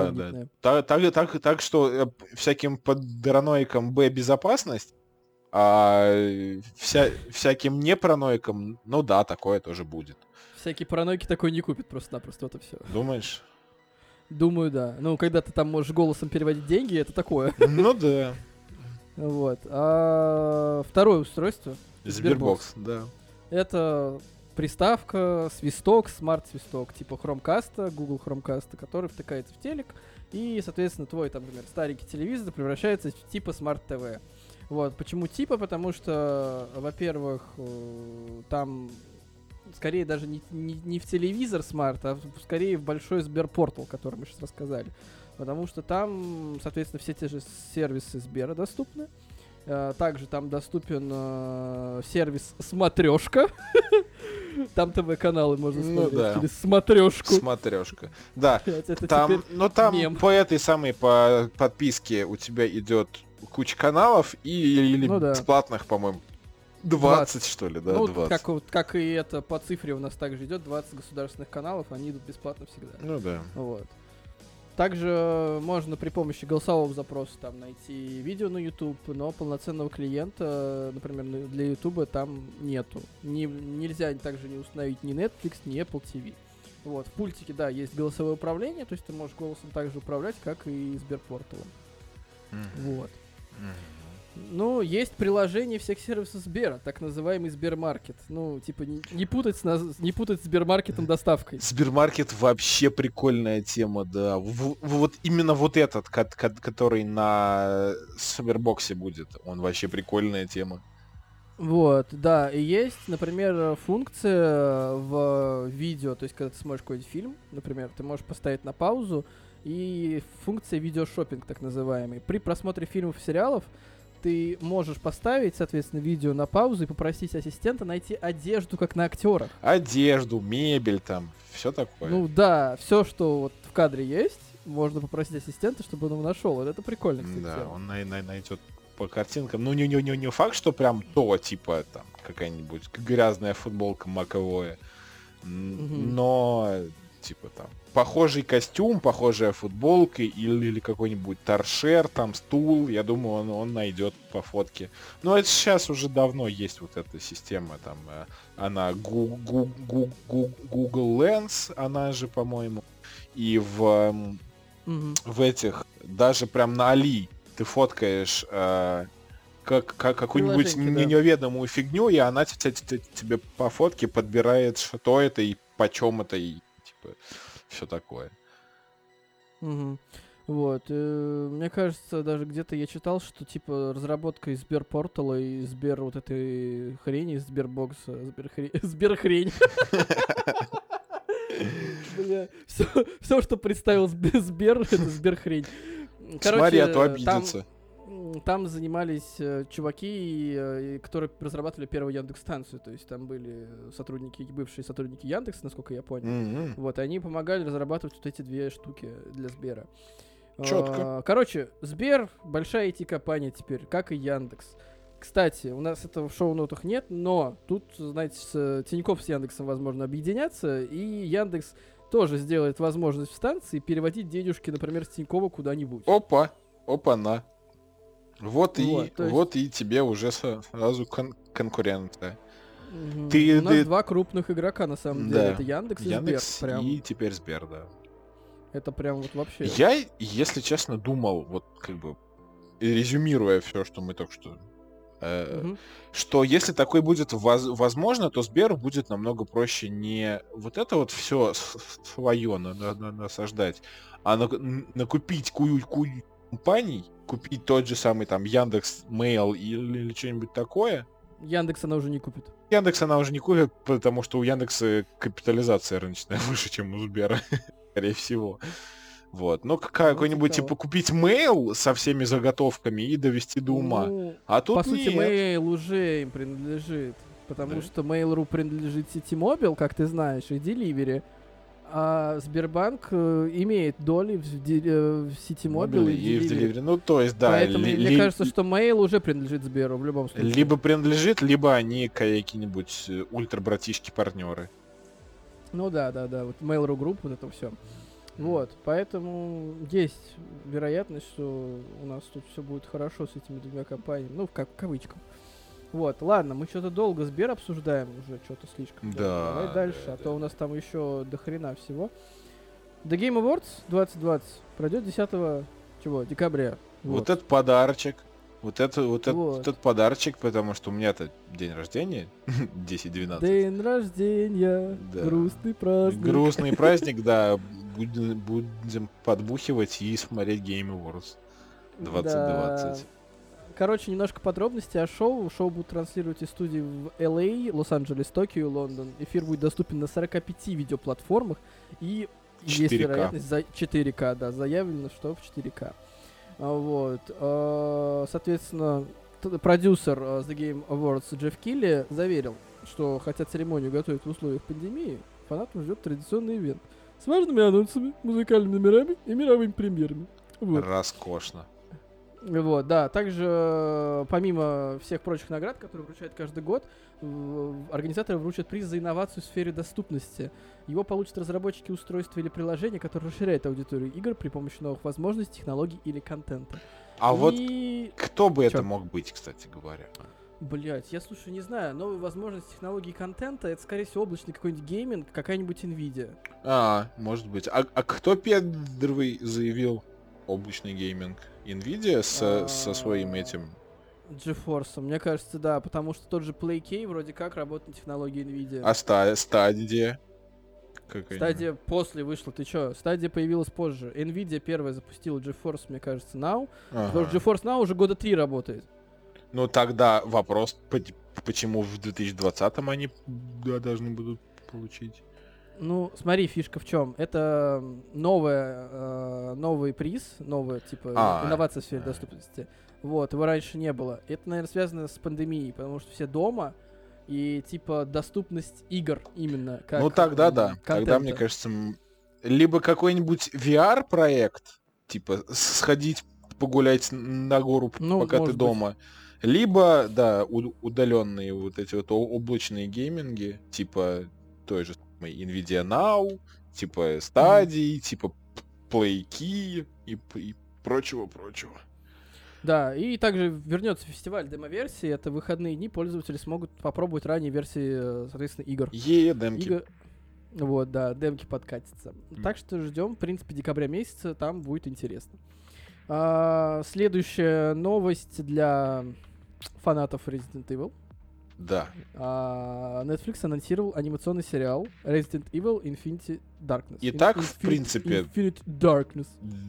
Так что всяким параноикам безопасность, а всяким непараноикам, такое тоже будет. Всякие параноики такое не купят просто-напросто, это все. Думаешь? Думаю, да. Когда ты там можешь голосом переводить деньги, это такое. Ну да. Вот. А второе устройство. Sberbox, да. Это приставка, свисток, смарт-свисток, типа Chromecast, Google Chromecast, который втыкается в телек, и, соответственно, твой, там, например, старенький телевизор превращается в типа смарт-ТВ. Вот. Почему типа? Потому что, во-первых, там скорее даже не в телевизор смарт, а скорее в большой Сберпортал, который мы сейчас рассказали. Потому что там, соответственно, все те же сервисы Сбера доступны. Также там доступен сервис Смотрешка. Там ТВ-каналы можно смотреть через Смотрешку. Смотрешка. Да. Там по этой самой подписке у тебя идет куча каналов или бесплатных, по-моему, 20, что ли, да? 20. Как и это по цифре у нас также идет 20 государственных каналов, они идут бесплатно всегда. Ну да. Вот. Также можно при помощи голосового запроса там найти видео на YouTube, но полноценного клиента, например, для YouTube там нету. Нельзя также не установить ни Netflix, ни Apple TV. Вот. В пультике, да, есть голосовое управление, то есть ты можешь голосом также управлять, как и Сберпорталом. Вот. Ну, есть приложение всех сервисов Сбера, так называемый Сбермаркет. Ну, типа, не путать с Сбермаркетом доставкой. Сбермаркет вообще прикольная тема, да. Вот именно вот этот, который на Сбербоксе будет, он вообще прикольная тема. Вот, да, и есть, например, функция в видео, то есть, когда ты смотришь какой-нибудь фильм, например, ты можешь поставить на паузу, и функция видеошоппинг, так называемый. При просмотре фильмов и сериалов ты можешь поставить, соответственно, видео на паузу и попросить ассистента найти одежду, как на актерах. Одежду, мебель там, все такое. Ну да, все, что вот в кадре есть, можно попросить ассистента, чтобы он его нашел. Это прикольно, кстати. Да, он найдет по картинкам. Ну, не факт, что прям то, типа, там, какая-нибудь грязная футболка маковое. Но, типа, там, похожий костюм, похожая футболка или какой-нибудь торшер, там, стул, я думаю, он найдет по фотке. Но это сейчас уже давно есть вот эта система, там, она Google Lens, она же, по-моему, и в этих, даже прям на Али ты фоткаешь какую-нибудь неведомую фигню, и она тебе по фотке подбирает, что это и почем это, и типа все такое. Вот. Мне кажется, даже где-то я читал, что типа разработка из Сберпортала и Сбер вот этой хрени, Сбербокса, Сберхрень. Все, что представил Сбер, это Сберхрень. Смотри, а то обидится. Там занимались чуваки, которые разрабатывали первую Яндекс-станцию. То есть там были бывшие сотрудники Яндекса, насколько я понял. Вот, и они помогали разрабатывать вот эти две штуки для Сбера. Четко. Короче, Сбер — большая IT-компания теперь, как и Яндекс. Кстати, у нас этого в шоу-нотах нет, но тут, знаете, Тинькофф с Яндексом, возможно, объединятся, и Яндекс тоже сделает возможность в станции переводить денежки, например, с Тинькова куда-нибудь. Опа-на. Вот и тебе уже сразу конкуренты. У нас два крупных игрока, на самом деле. Это Яндекс и Сбер. Прям. И теперь Сбер, да. Это прям вот вообще... Я, если честно, думал, вот как бы резюмируя все, что мы только что... что если такое будет возможно, то Сберу будет намного проще не вот это вот все свое насаждать, а накупить кучу компаний, купить тот же самый там Яндекс Mail или что-нибудь такое. Яндекс она уже не купит. Яндекс она уже не купит, потому что у Яндекса капитализация рыночная выше, чем у Сбера, скорее всего. Вот. Ну, какой-нибудь, того. типа, купить mail со всеми заготовками и довести до ума. Ну, А тут по сути, нет. Mail уже им принадлежит. Потому Да. что Mail.ru принадлежит Ситимобил, как ты знаешь, и Delivery. А Сбербанк имеет доли в Ситимобил и в И в Delivery. Delivery. Ну, то есть, да. Поэтому мне кажется, что Mail уже принадлежит Сберу в любом случае. Либо принадлежит, либо они какие-нибудь ультра-братишки-партнеры. Ну да. Вот Mail.ru Group, вот это все. Вот, поэтому есть вероятность, что у нас тут все будет хорошо с этими двумя компаниями. Ну, в кавычках. Вот, ладно, мы что-то долго Сбер обсуждаем, уже что-то слишком. Да, Давай дальше, да, а то у нас там еще до хрена всего. The Game Awards 2020 пройдет 10 декабря. Вот это подарочек. Вот Вот. этот подарочек, потому что у меня-то день рождения 10-12. День рождения, Да. грустный праздник. Грустный праздник, да. Будем подбухивать и смотреть Game Awards 2020. Короче, немножко подробностей о шоу. Шоу будут транслировать из студии в LA, Лос-Анджелес, Токио и Лондон. Эфир будет доступен на 45 видеоплатформах. И есть 4К. вероятность за 4К, да, заявлено, что в 4К. Вот. Соответственно, продюсер The Game Awards Джефф Килли заверил, что хотя церемонию готовят в условиях пандемии, фанатов ждет традиционный ивент с важными анонсами, музыкальными номерами и мировыми премьерами. Вот. Роскошно. Вот, да. Также, помимо всех прочих наград, которые вручают каждый год, организаторы вручат приз за инновацию в сфере доступности. Его получат разработчики устройства или приложения, которые расширяют аудиторию игр при помощи новых возможностей, технологий или контента. А вот И... кто бы это Чё? мог быть, кстати говоря? Блять, я слушай, не знаю, новые возможности технологий и контента, это, скорее всего, облачный какой-нибудь гейминг, какая-нибудь Nvidia. Может быть. А кто первый заявил облачный гейминг? Nvidia со своим этим? GeForce, мне кажется, да, потому что тот же PlayK вроде как работает на технологии Nvidia. А Stadia? Стадия после вышла, ты чё? Стадия появилась позже. Nvidia первая запустила GeForce, мне кажется, Now. Потому что GeForce Now уже года 3 работает. Ну тогда вопрос, почему в 2020-м они должны будут получить? Ну, смотри, фишка в чем. Это новый приз, новая, типа, инновация в сфере доступности. Вот, его раньше не было. Это, наверное, связано с пандемией, потому что все дома, и, типа, доступность игр именно. Как, ну тогда да. контента. Тогда, мне кажется, либо какой-нибудь VR-проект, типа, сходить погулять на гору, Ну, пока ты может дома. Либо, да, удаленные вот эти вот облачные гейминги, типа той же самой Nvidia Now, типа Stadia, типа PlayKey и прочего-прочего. Да, и также вернется фестиваль демо-версии. Это выходные дни, пользователи смогут попробовать ранние версии, соответственно, игр. Демки. Вот, да, демки подкатятся. Так что ждем, в принципе, декабря месяца, там будет интересно. Следующая новость для фанатов Resident Evil. Да. Netflix анонсировал анимационный сериал Resident Evil Infinity Darkness. Итак, в принципе, Infinite Darkness.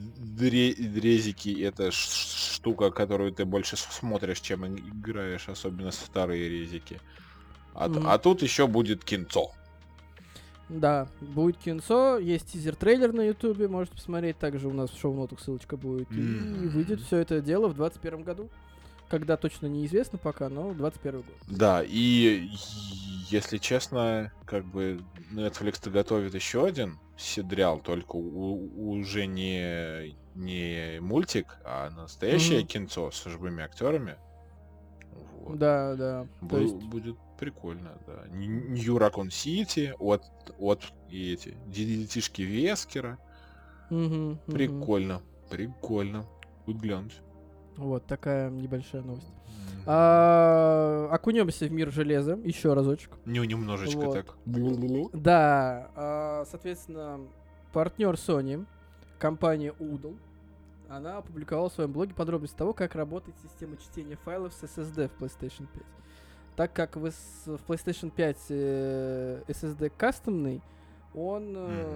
Резики — это штука, которую ты больше смотришь, чем играешь, особенно старые резики. А тут еще будет кинцо. Да, будет кинцо, есть тизер-трейлер на ютубе, можете посмотреть, также у нас в шоу-нотах ссылочка будет. И выйдет все это дело в 2021 году. Когда точно неизвестно пока, но 21 год. Да, и если честно, как бы Netflix-то готовит еще один сериал, только уже не мультик, а настоящее кинцо с живыми актерами. Вот. Да. Будет прикольно, да. Нью Ракон Сити от и эти детишки Вескера. Прикольно. Будет глянуть. Вот такая небольшая новость. Окунемся в мир железа еще разочек. Немножечко вот. Так. Да, соответственно, партнер Sony, компания Udall, она опубликовала в своем блоге подробности того, как работает система чтения файлов с SSD в PlayStation 5. Так как в PlayStation 5 SSD кастомный, он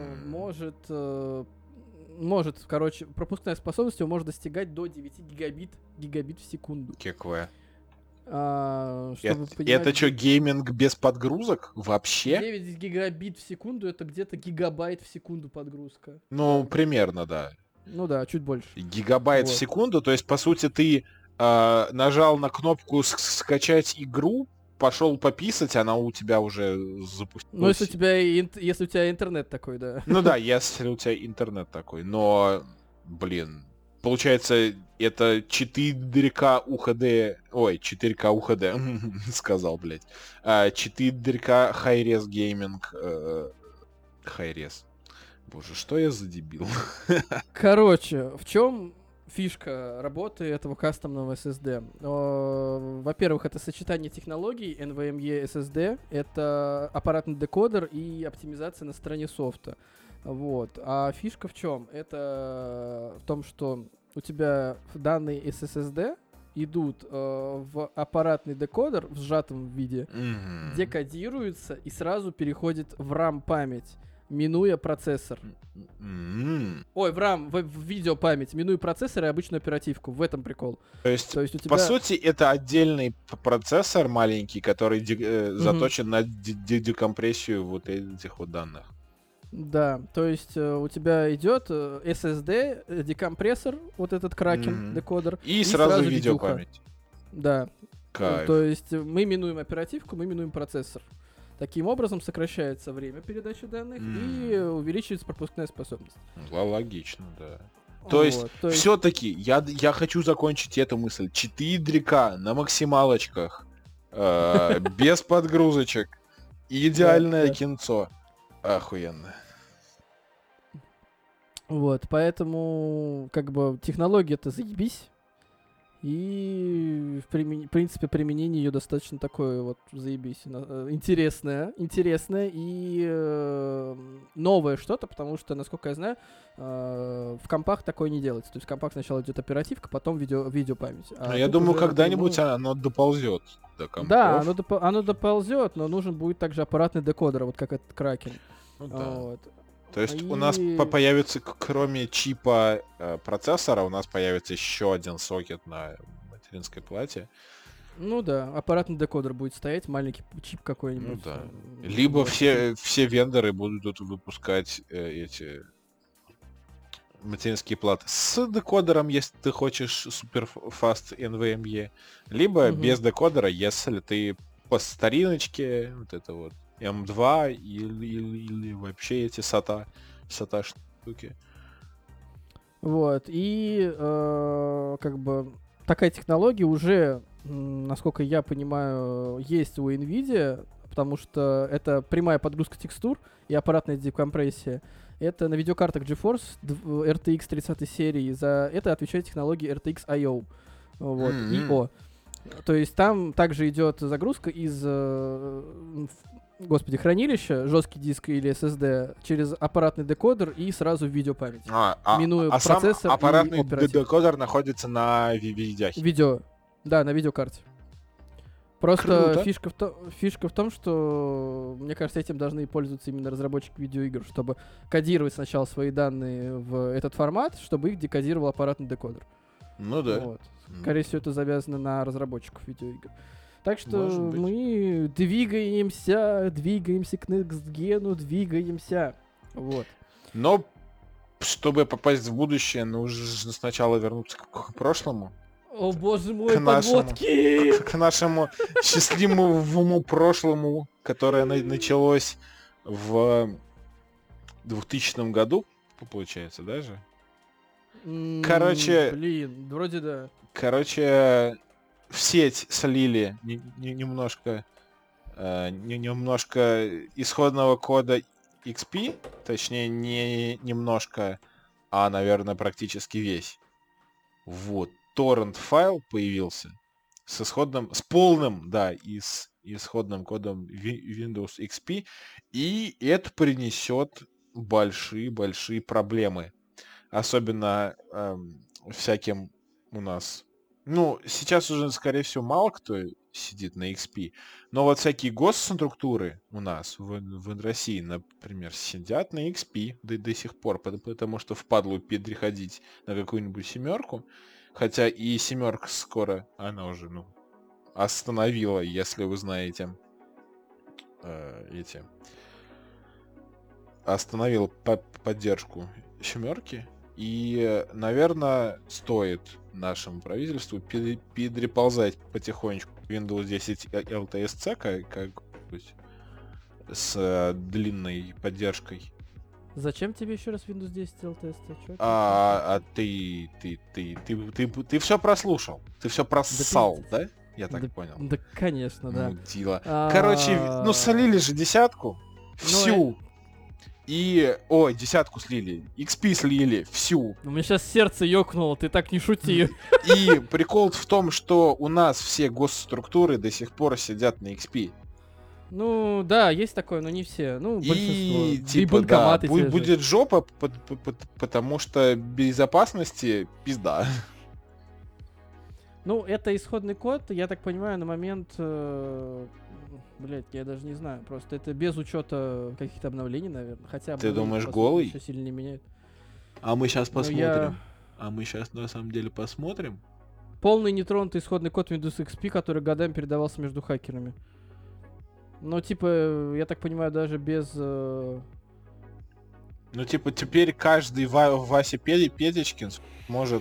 может, короче, пропускная способность его может достигать до 9 гигабит в секунду. Какое? Чтобы Это что, гейминг без подгрузок? Вообще? 9 гигабит в секунду — это где-то гигабайт в секунду подгрузка. Ну, Да. примерно, да. Ну да, чуть больше. Гигабайт в секунду, то есть, по сути, ты нажал на кнопку скачать игру, пошел пописать, она у тебя уже запустилась. Ну, если у тебя интернет такой, да. Ну да, если у тебя интернет такой, но, блин, получается, это 4К UHD, ой, 4К UHD, сказал, блядь, 4К High-Res Gaming, High-Res. Боже, что я за дебил? Короче, в чем фишка работы этого кастомного SSD? Во-первых, это сочетание технологий NVMe SSD, это аппаратный декодер и оптимизация на стороне софта. Вот. А фишка в чем? Это в том, что у тебя данные SSD идут в аппаратный декодер в сжатом виде, декодируются и сразу переходят в RAM-память, минуя процессор. Ой, в RAM, в видеопамять, минуя процессор и обычную оперативку. В этом прикол. То есть у тебя... по сути, это отдельный процессор маленький, который заточен на декомпрессию вот этих вот данных. Да, то есть у тебя идет SSD, декомпрессор, вот этот Kraken декодер. И сразу видеопамять. Да. Кайф. То есть мы минуем оперативку, мы минуем процессор. Таким образом сокращается время передачи данных и увеличивается пропускная способность. Логично, да. То есть все-таки я хочу закончить эту мысль. 4К на максималочках, без подгрузочек, идеальное кинцо. Охуенно. Вот, поэтому, как бы, технология-то заебись. И, в принципе, применение ее достаточно такое вот заебись. Интересное и новое что-то, потому что, насколько я знаю, в компах такое не делается. То есть в компах сначала идет оперативка, потом видеопамять. Я думаю, когда-нибудь оно доползет до компов. Да, оно доползет, но нужен будет также аппаратный декодер, вот как этот Kraken. Ну, да. Вот. То есть у нас появится, кроме чипа процессора, у нас появится еще один сокет на материнской плате. Ну да, аппаратный декодер будет стоять, маленький чип какой-нибудь. Ну да. Либо все вендоры будут выпускать эти материнские платы с декодером, если ты хочешь супер fast NVMe, либо без декодера, если ты по стариночке, вот это вот M2 или вообще эти SATA штуки. Вот, и как бы такая технология уже, насколько я понимаю, есть у NVIDIA, потому что это прямая подгрузка текстур и аппаратная декомпрессия. Это на видеокартах GeForce RTX 30 серии. За это отвечает технология RTX IO. Вот, IO. То есть там также идет загрузка из хранилища, жесткий диск или SSD, через аппаратный декодер и сразу в видеопамять. Минуя процессор сам аппаратный декодер находится на видяхе. Да, на видеокарте. Просто фишка в том, что, мне кажется, этим должны пользоваться именно разработчики видеоигр, чтобы кодировать сначала свои данные в этот формат, чтобы их декодировал аппаратный декодер. Ну да. Вот. Скорее всего, это завязано на разработчиков видеоигр. Так что мы двигаемся к Next-Gen, двигаемся. Вот. Но, чтобы попасть в будущее, нужно сначала вернуться к прошлому. О боже мой, подводки! К нашему счастливому прошлому, которое началось в 2000 году, получается, даже. Короче... Блин, вроде да. Короче, в сеть слили немножко исходного кода XP, точнее, не немножко, а, наверное, практически весь. Вот. Торрент-файл появился с полным, да, и с исходным кодом Windows XP, и это принесет большие проблемы. Особенно всяким у нас. Ну, сейчас уже, скорее всего, мало кто сидит на XP, но вот всякие госструктуры у нас в России, например, сидят на XP до сих пор, потому что впадлу переходить на какую-нибудь 7. Хотя и 7 скоро, она уже, остановила, если вы знаете, остановила поддержку семерки. И, наверное, стоит нашему правительству переползать потихонечку к Windows 10 LTSC, как с длинной поддержкой. Зачем тебе еще раз Windows 10 LTS? Ты все прослушал? Ты все проссал, да? Я так понял. Да, конечно, да. Мудила. Короче, солили же десятку. Всю. И... Ой, десятку слили. XP слили. Всю. У меня сейчас сердце ёкнуло, ты так не шути. И прикол в том, что у нас все госструктуры до сих пор сидят на XP. Ну, да, есть такое, но не все. Ну, большинство. И, типа, да, будет жопа, потому что безопасности пизда. Ну, это исходный код, я так понимаю, на момент... Блять, я даже не знаю. Просто это без учета каких-то обновлений, наверное. Хотя ты думаешь, голый? Все сильно не меняет. А мы сейчас посмотрим. А мы сейчас на самом деле посмотрим. Полный нетронутый исходный код Windows XP, который годами передавался между хакерами. Ну, типа, я так понимаю, даже без... Ну, типа, теперь каждый Вася Петечкин может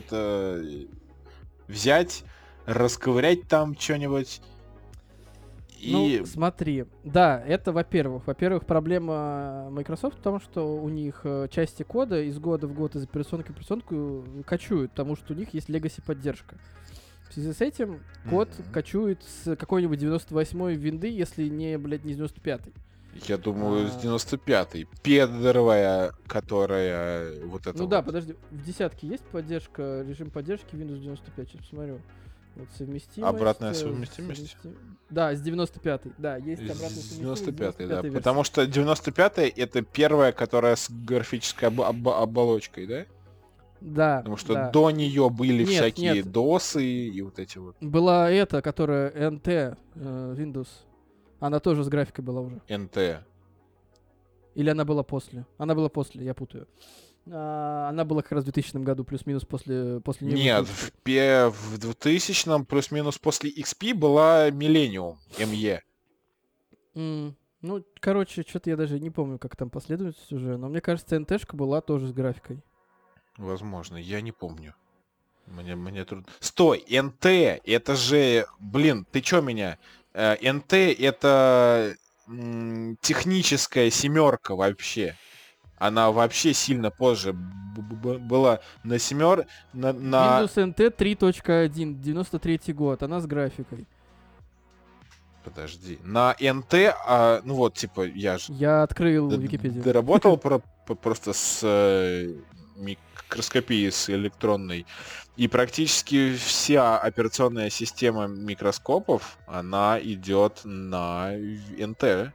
взять, расковырять там что-нибудь. И... Ну, смотри, да, это во-первых. Во-первых, проблема Microsoft в том, что у них части кода из года в год из операционки в операционку качуют, потому что у них есть legacy поддержка. В связи с этим код качует с какой-нибудь 98-й винды, если не, блядь, не с 95-й. Я думаю, с 95-й. Педровая, которая вот это. Ну да, подожди, в десятке есть поддержка, режим поддержки Windows 95, сейчас посмотрю. Вот совместимость. Обратная совместимость? Да, с 95-й. Да, есть обратная совместимость. 95-й, да. Потому что 95-й это первая, которая с графической оболочкой, да? Да. Потому что до нее были всякие нет. досы и вот эти вот. Была эта, которая NT Windows. Она тоже с графикой была уже. NT. Или она была после? Она была после, я путаю. Она была как раз в 2000 году, плюс-минус после нее. Нет, в 2000-м плюс-минус после XP была Millennium ME. Ну, короче, что-то я даже не помню, как там последовательность уже, но мне кажется, НТшка была тоже с графикой. Возможно, я не помню. Мне трудно. Стой, НТ, это же, блин, ты чё меня? НТ это техническая семерка вообще. Она вообще сильно позже была на семер... Windows NT 3.1, 93 год, она с графикой. Подожди. На NT, ну вот, типа, Я открыл Википедию. Доработал просто с микроскопией, с электронной. И практически вся операционная система микроскопов, она идет на NT.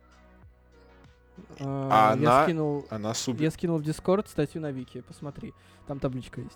Она супер. Я скинул в Discord статью на Вики, посмотри, там табличка есть.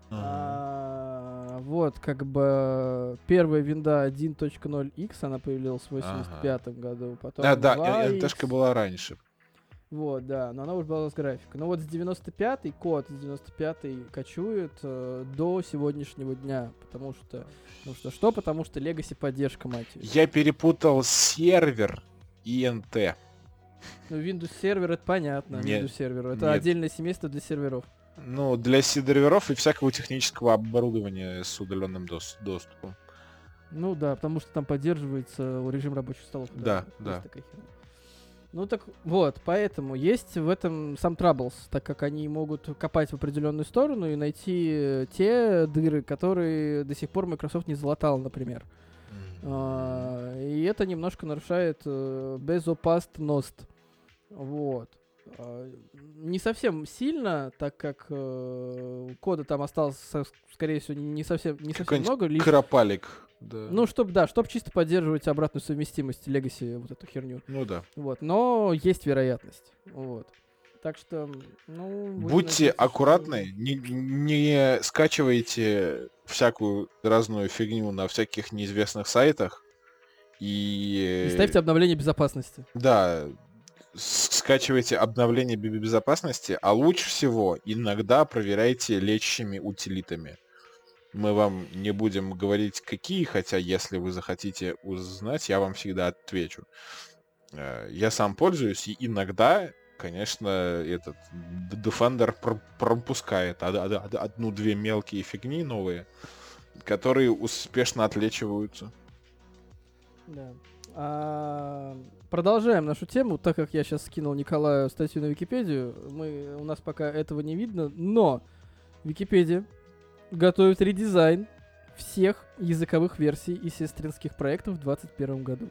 Вот, как бы первая винда 1.0x, она появилась в 85 году, потом Да, НТшка была раньше. Вот, да, но она уже была с графикой. Но вот с 95-й код, с 95-й качует до сегодняшнего дня, потому что Legacy поддержка, мать её. Я перепутал сервер и НТ. Ну, Windows сервер это понятно, Windows сервер. Это отдельное семейство для серверов. Ну, для серверов и всякого технического оборудования с удаленным доступом. Ну да, потому что там поддерживается режим рабочих столов. Да. Ну так вот, поэтому есть в этом сам Troubles, так как они могут копать в определенную сторону и найти те дыры, которые до сих пор Microsoft не залатал, например. И это немножко нарушает безопасность. Вот. Не совсем сильно, так как кода там осталось, скорее всего, не совсем много. Кропалик. Да. Ну, чтоб чисто поддерживать обратную совместимость Legacy, вот эту херню. Ну да. Вот, но есть вероятность. Вот. Так что, будьте аккуратны, не скачивайте всякую разную фигню на всяких неизвестных сайтах. И ставьте обновление безопасности. Да, скачивайте обновление безопасности, а лучше всего иногда проверяйте лечащими утилитами. Мы вам не будем говорить, какие, хотя если вы захотите узнать, я вам всегда отвечу. Я сам пользуюсь, и иногда, конечно, этот Defender пропускает одну-две мелкие фигни новые, которые успешно отлечиваются. Да. Продолжаем нашу тему, так как я сейчас скинул Николаю статью на Википедию. У нас пока этого не видно, но Википедия готовит редизайн всех языковых версий и сестринских проектов в 2021 году.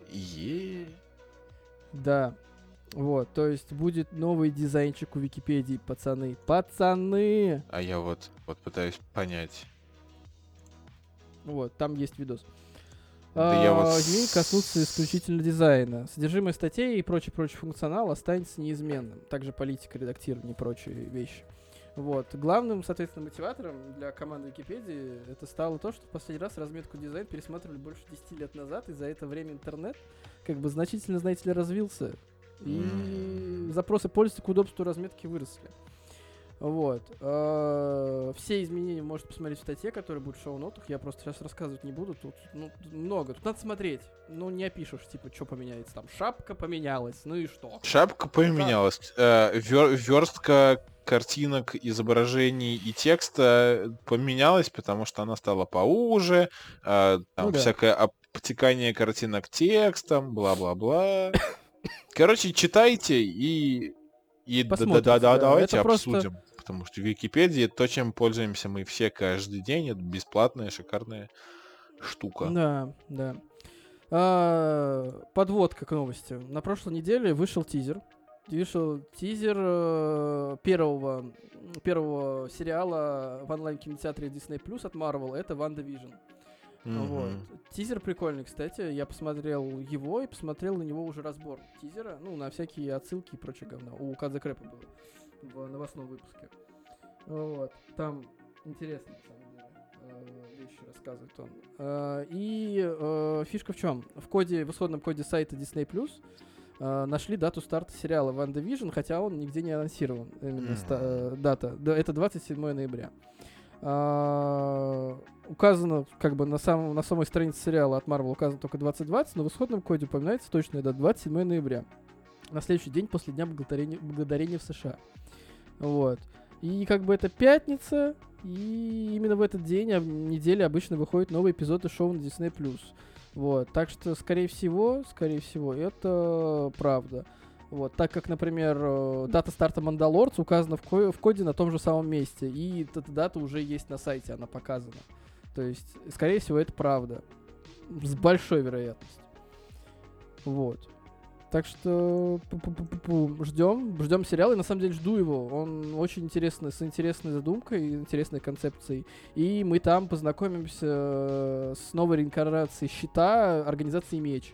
Да. Вот, то есть будет новый дизайнчик у Википедии, пацаны. Пацаны! А я вот пытаюсь понять. Вот, там есть видос. Изменения коснутся исключительно дизайна. Содержимое статей и прочий функционал останется неизменным. Также политика, редактирование и прочие вещи. Вот. Главным, соответственно, мотиватором для команды Википедии это стало то, что в последний раз разметку дизайн пересматривали больше 10 лет назад, и за это время интернет как бы значительно, знаете ли, развился. И запросы пользователей к удобству разметки выросли. Вот. Все изменения вы можете посмотреть в статье, которая будет в шоу-нотах. Я просто сейчас рассказывать не буду. Тут много. Тут надо смотреть. Ну, не опишешь, типа, что поменяется. Там шапка поменялась, ну и что? Шапка поменялась. Верстка картинок, изображений и текста поменялась, потому что она стала поуже. Там всякое обтекание картинок текстом, бла-бла-бла. Короче, читайте и давайте обсудим. Потому что Википедия — то, чем пользуемся мы все каждый день. Это бесплатная, шикарная штука. Да. Подводка к новости. На прошлой неделе вышел тизер. Первого сериала в онлайн-кинотеатре Disney Plus от Marvel. Это WandaVision. Вот. Тизер прикольный, кстати. Я посмотрел его и посмотрел на него уже разбор тизера. Ну, на всякие отсылки и прочее говно. У Кадзе Крэпа было в новостном выпуске. Вот. Там интересно, на самом деле, вещи рассказывает он. Фишка в чем? В исходном коде сайта Disney Plus нашли дату старта сериала WandaVision, хотя он нигде не анонсирован. Именно дата. Это 27 ноября. Указано, как бы на самой странице сериала от Marvel указано только 2020, но в исходном коде упоминается точная дата 27 ноября. На следующий день после Дня Благодарения в США. Вот. И как бы это пятница, и именно в этот день в неделе обычно выходят новые эпизоды шоу на Disney+. Вот. Так что, скорее всего, это правда. Вот. Так как, например, дата старта Мандалорца указана в коде на том же самом месте, и эта дата уже есть на сайте, она показана. То есть, скорее всего, это правда. С большой вероятностью. Вот. Так что ждем сериал, и на самом деле жду его. Он очень интересный, с интересной задумкой, интересной концепцией. И мы там познакомимся с новой реинкарнацией Щита организации Меч.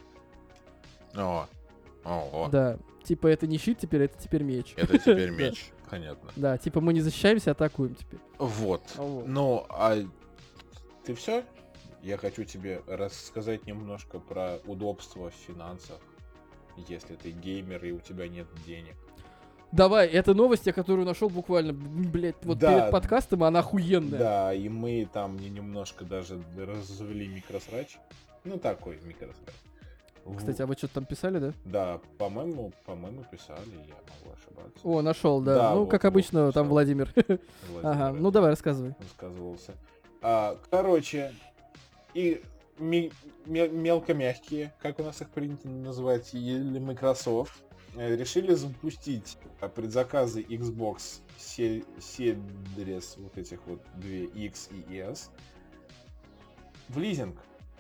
Да, типа это не щит теперь, это теперь меч. Это теперь меч, понятно. Да, типа мы не защищаемся, атакуем теперь. Вот. Ну, а ты все? Я хочу тебе рассказать немножко про удобство в финансах, если ты геймер и у тебя нет денег. Давай, это новость, я которую нашел буквально, перед подкастом, она охуенная. Да, и мы там немножко даже развели микросрач. Ну, такой микросрач. Кстати, а вы что-то там писали, да? Да, по-моему, писали, я могу ошибаться. О, нашел, да. Ну, как обычно, там Владимир. Ага, ну давай, рассказывай. Высказывался. Короче, и мелкомягкие, как у нас их принято называть, или Microsoft, решили запустить предзаказы Xbox Series, вот этих вот две X и S, в лизинг.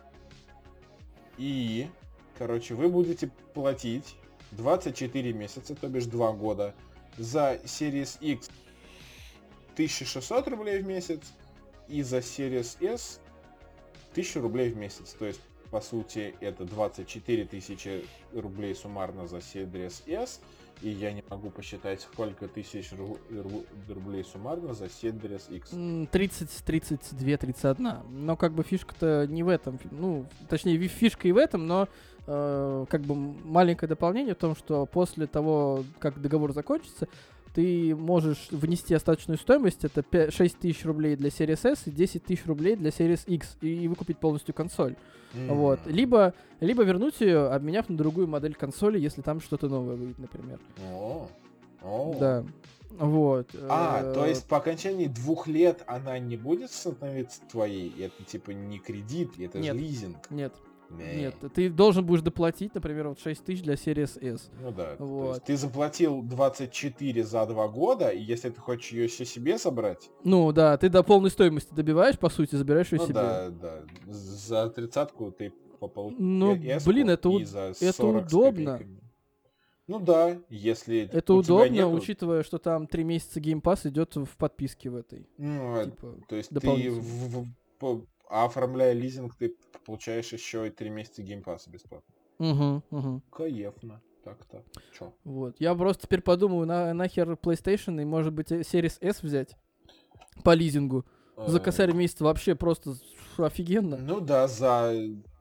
И, короче, вы будете платить 24 месяца, то бишь 2 года, за Series X 1600 рублей в месяц и за Series S 1000 рублей в месяц. То есть, по сути, это 24 тысячи рублей суммарно за Series S. И я не могу посчитать, сколько тысяч рублей суммарно за Series X. 32, 31. Но как бы фишка-то не в этом. Ну, точнее, фишка и в этом, но как бы маленькое дополнение в том, что после того, как договор закончится, ты можешь внести остаточную стоимость, это 6 тысяч рублей для Series S и 10 тысяч рублей для Series X, и выкупить полностью консоль. Вот. Либо вернуть ее, обменяв на другую модель консоли, если там что-то новое выйдет, например. Да. Вот. То есть по окончании 2 лет она не будет становиться твоей? Это типа не кредит, это же лизинг. Нет, ты должен будешь доплатить, например, вот 6 тысяч для Series S. Ну да, вот. То есть ты заплатил 24 за 2 года, и если ты хочешь ее все себе собрать... Ну да, ты до полной стоимости добиваешь, по сути, забираешь ее себе. Да. За 30-ку ты получишь это удобно. Ну да, если... Это удобно, учитывая, что там 3 месяца Game Pass идет в подписке в этой. То есть ты, оформляя лизинг, ты получаешь еще и 3 месяца Game Pass бесплатно. Кайфно. Так. Чё? Вот. Я просто теперь подумаю, нахер PlayStation и, может быть, Series S взять по лизингу. За косарь месяца вообще просто офигенно. Ну да, за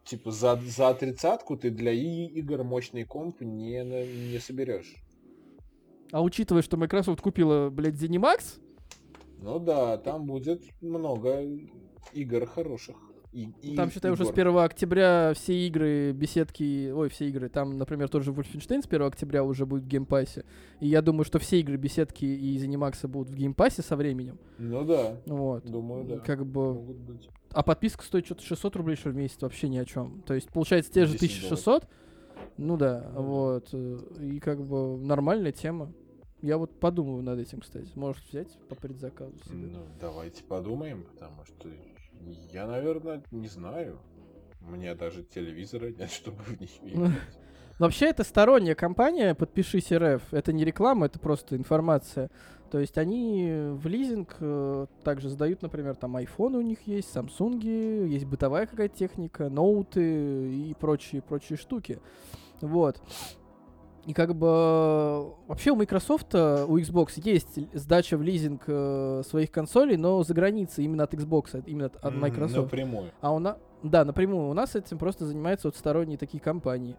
30-ку ты для игр мощный комп не соберешь. А учитывая, что Microsoft купила, блядь, ZeniMax? Ну да, там будет много игр хороших. Там, считай, уже с 1 октября все игры, все игры, там, например, тот же Wolfenstein с 1 октября уже будет в геймпассе. И я думаю, что все игры беседки и ZeniMax будут в геймпассе со временем. Ну да. Вот. Думаю, да. Как бы... Могут быть. А подписка стоит что-то 600 рублей что в месяц, вообще ни о чем. То есть, получается, те же 1600. Ну да, вот. И как бы нормальная тема. Я вот подумаю над этим, кстати. Может взять по предзаказу себе. Ну, давайте подумаем, потому что я, наверное, не знаю. У меня даже телевизора нет, чтобы в них играть. Вообще, это сторонняя компания, подпишись РФ. Это не реклама, это просто информация. То есть они в лизинг также сдают, например, там айфоны у них есть, самсунги, есть бытовая какая-то техника, ноуты и прочие штуки. Вот. И как бы вообще у Microsoft, у Xbox есть сдача в лизинг своих консолей, но за границей, именно от Xbox, именно от Microsoft. Напрямую. Да, напрямую. У нас этим просто занимаются вот сторонние такие компании.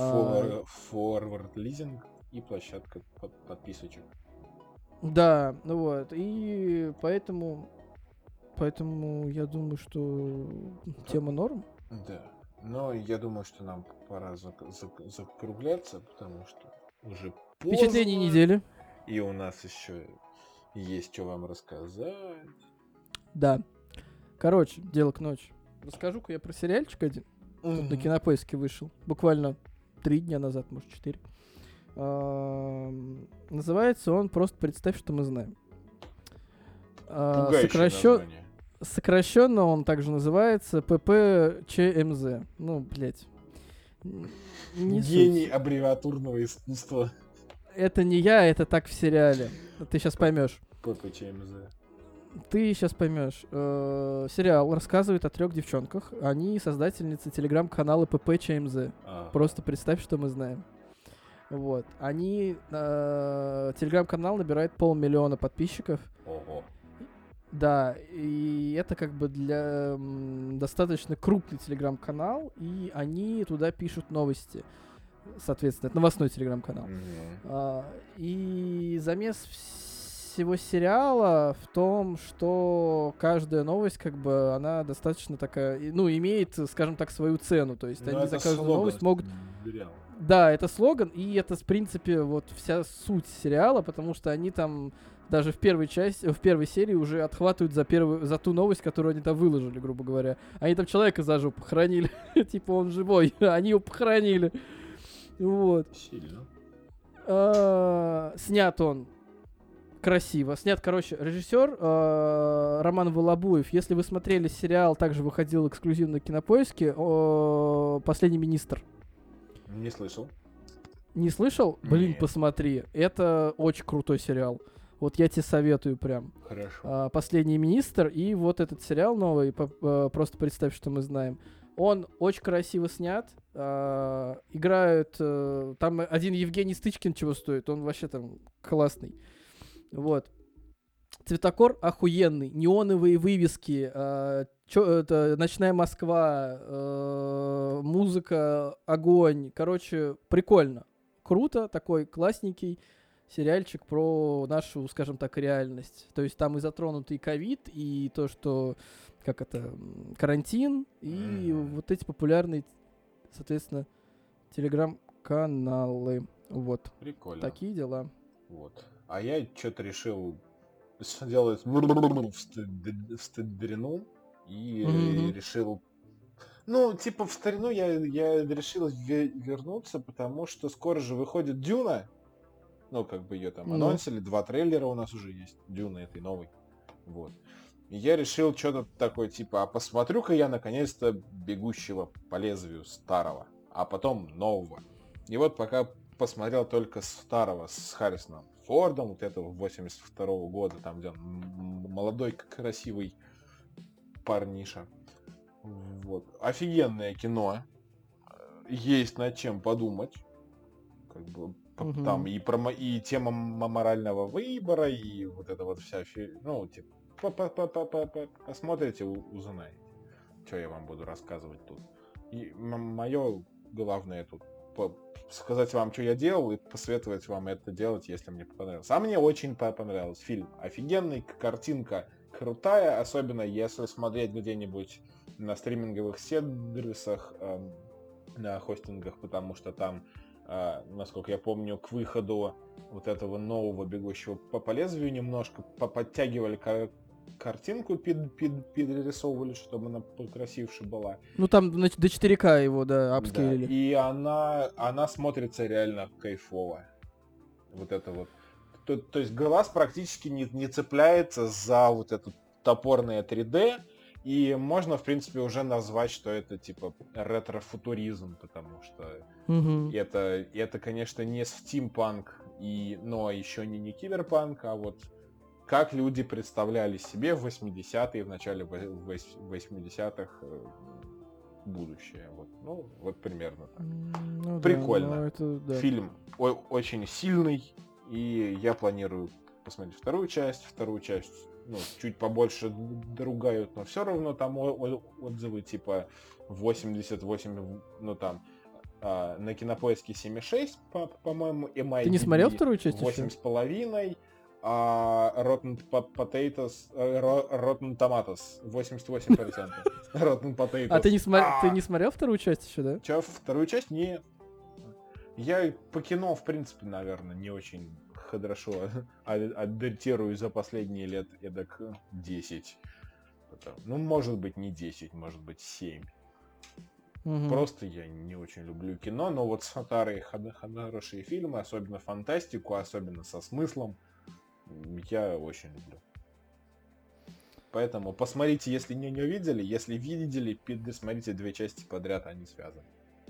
Forward лизинг и площадка подписочек. Да, ну вот. И поэтому я думаю, что тема норм. Да. Но я думаю, что нам пора закругляться, потому что уже поздно. Впечатление недели. И у нас еще есть что вам рассказать. Да. Короче, дело к ночи. Расскажу-ка я про сериальчик один. Тут на Кинопоиске вышел. Буквально 3 дня назад, может 4. Называется он «Просто представь, что мы знаем». Сокращенно он также называется ППЧМЗ. Ну, блять. Гений аббревиатурного искусства. Это не я, это так в сериале. Ты сейчас поймешь. ППЧМЗ. Ты сейчас поймешь. Сериал рассказывает о 3 девчонках. Они создательницы телеграм-канала ППЧМЗ. Просто представь, что мы знаем. Вот. Они... телеграм-канал набирает 500 000 подписчиков. Ого. Да, и это как бы для достаточно крупный телеграм-канал, и они туда пишут новости. Соответственно, это новостной телеграм-канал. И замес всего сериала в том, что каждая новость, как бы, она достаточно такая, ну, имеет, скажем так, свою цену. То есть они за каждую новость могут... Да, это слоган, и это, в принципе, вот вся суть сериала, потому что они там даже в первой серии уже отхватывают за ту новость, которую они там выложили, грубо говоря. Они там человека заживо похоронили, типа он живой, они его похоронили. Вот. Сильно. Снят он красиво. Снят, короче, режиссер Роман Волобуев. Если вы смотрели сериал, также выходил эксклюзивно на Кинопоиске, «Последний министр». Не слышал. Не слышал? Блин, посмотри. Это очень крутой сериал. Вот я тебе советую прям. Хорошо. «Последний министр» и вот этот сериал новый, просто представь, что мы знаем. Он очень красиво снят. Играют... там один Евгений Стычкин чего стоит. Он вообще там классный. Вот. Цветокор охуенный. Неоновые вывески. Это «Ночная Москва». Музыка, огонь. Короче, прикольно. Круто. Такой классненький. сериальчик про нашу, скажем так, реальность. То есть там и затронут и ковид, и то, что, карантин, и вот эти популярные, соответственно, телеграм-каналы. Вот. Прикольно. Такие дела. Вот. А я что-то решил делать в старину и решил... Ну, типа в старину я решил вернуться, потому что скоро же выходит Дюна. Ну, как бы ее там анонсили, 2 трейлера у нас уже есть. Дюна этой новой. Вот. И я решил что-то такое, типа, а посмотрю-ка я наконец-то «Бегущего по лезвию» старого, а потом нового. И вот пока посмотрел только старого с Харрисоном Фордом, вот этого 82-го года, там, где он молодой, красивый парниша. Вот. Офигенное кино. Есть над чем подумать. Как бы, там и тема морального выбора, и вот это вот вся... Ну, типа, посмотрите, узнаете. Что я вам буду рассказывать тут. И мое главное тут сказать вам, что я делал, и посоветовать вам это делать, если мне понравилось. А мне очень понравился фильм. Офигенный, картинка крутая, особенно если смотреть где-нибудь на стриминговых сервисах, на хостингах, потому что там, насколько я помню, к выходу вот этого нового «Бегущего по лезвию» немножко подтягивали картинку, перерисовывали, чтобы она покрасивше была. Ну там до 4К его, апскейлили. Да, и она смотрится реально кайфово. Вот это вот. То есть глаз практически не цепляется за вот это топорное 3D, и можно, в принципе, уже назвать, что это типа ретро-футуризм, потому что это, конечно, не стимпанк, но еще не киберпанк, а вот как люди представляли себе в 80-е, в начале 80-х будущее. Вот. Ну, вот примерно так. Ну, прикольно. Да, Фильм очень сильный, и я планирую посмотреть вторую часть. Вторую часть, чуть побольше ругают, но все равно там отзывы типа 88, на Кинопоиске 7,6, по-моему, MIDB. Ты не смотрел вторую часть 8,5. Rotten Tomatoes 88%. Rotten Potatoes. А ты не смотрел вторую часть еще, да? Че, вторую часть? Нет. Я по кино, в принципе, наверное, не очень хорошо адаптирую за последние лет эдак 10. Ну, может быть, не 10, может быть, 7. Просто я не очень люблю кино, но вот старые хорошие фильмы, особенно фантастику, особенно со смыслом, я очень люблю. Поэтому посмотрите, если не увидели. Если видели, пересмотрите 2 части подряд, они связаны.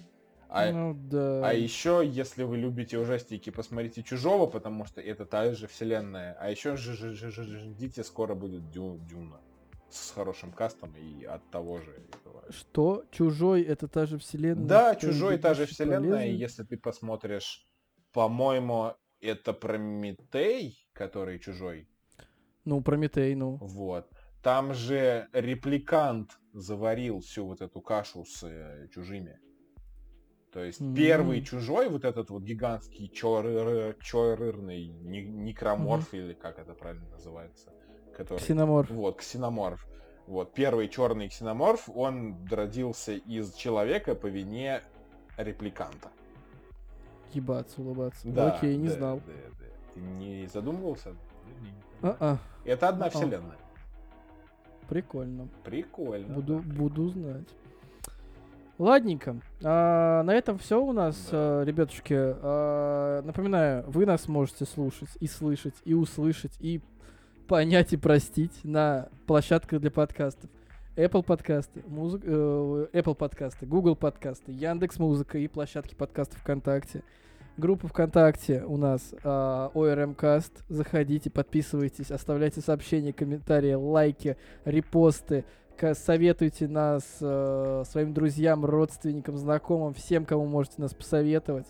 А еще, если вы любите ужастики, посмотрите «Чужого», потому что это та же вселенная. А еще ждите, скоро будет Дюна. С хорошим кастом и от того же. Что? «Чужой» — это та же вселенная? Да, «Чужой» — та же вселенная. И если ты посмотришь, по-моему, это Прометей, который «Чужой». Ну, Прометей, Вот. Там же репликант заварил всю вот эту кашу с чужими. То есть первый «Чужой», вот этот вот гигантский черный некроморф, или как это правильно называется? Ксеноморф. Вот, ксеноморф. Вот, первый черный ксеноморф, он родился из человека по вине репликанта. Ебаться, улыбаться. Да, окей, не знал. Да. Ты не задумывался? Это одна вселенная. Прикольно. Буду знать. Ладненько. На этом все у нас, ребятушки. Напоминаю, вы нас можете слушать и слышать, и услышать, и понять, и простить на площадках для подкастов. Apple подкасты, Apple подкасты, Google подкасты, Яндекс.Музыка и площадки подкастов ВКонтакте. Группа ВКонтакте у нас ORM-каст. Заходите, подписывайтесь, оставляйте сообщения, комментарии, лайки, репосты. Советуйте нас своим друзьям, родственникам, знакомым, всем, кому можете нас посоветовать.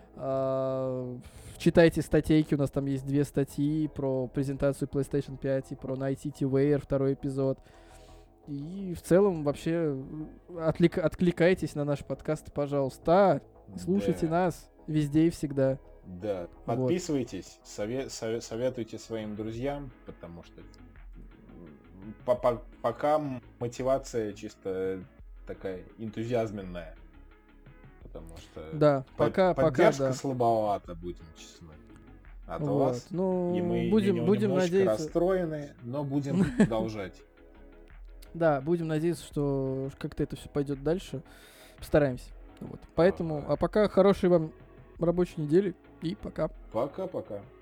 Читайте статейки, у нас там есть 2 статьи про презентацию PlayStation 5 и про Night City Wire, 2 эпизод. И в целом вообще откликайтесь на наш подкаст, пожалуйста. Слушайте нас везде и всегда. Да, подписывайтесь, советуйте своим друзьям, потому что пока мотивация чисто такая энтузиазменная, потому что Да, пока, поддержка да. слабовата, будем честны, от Вот. вас. Ну, И мы будем немножечко надеяться. расстроены, но будем продолжать. Да, будем надеяться, что как-то это все пойдет дальше. Постараемся. Вот. Поэтому, а пока хорошей вам рабочей недели и пока. Пока-пока.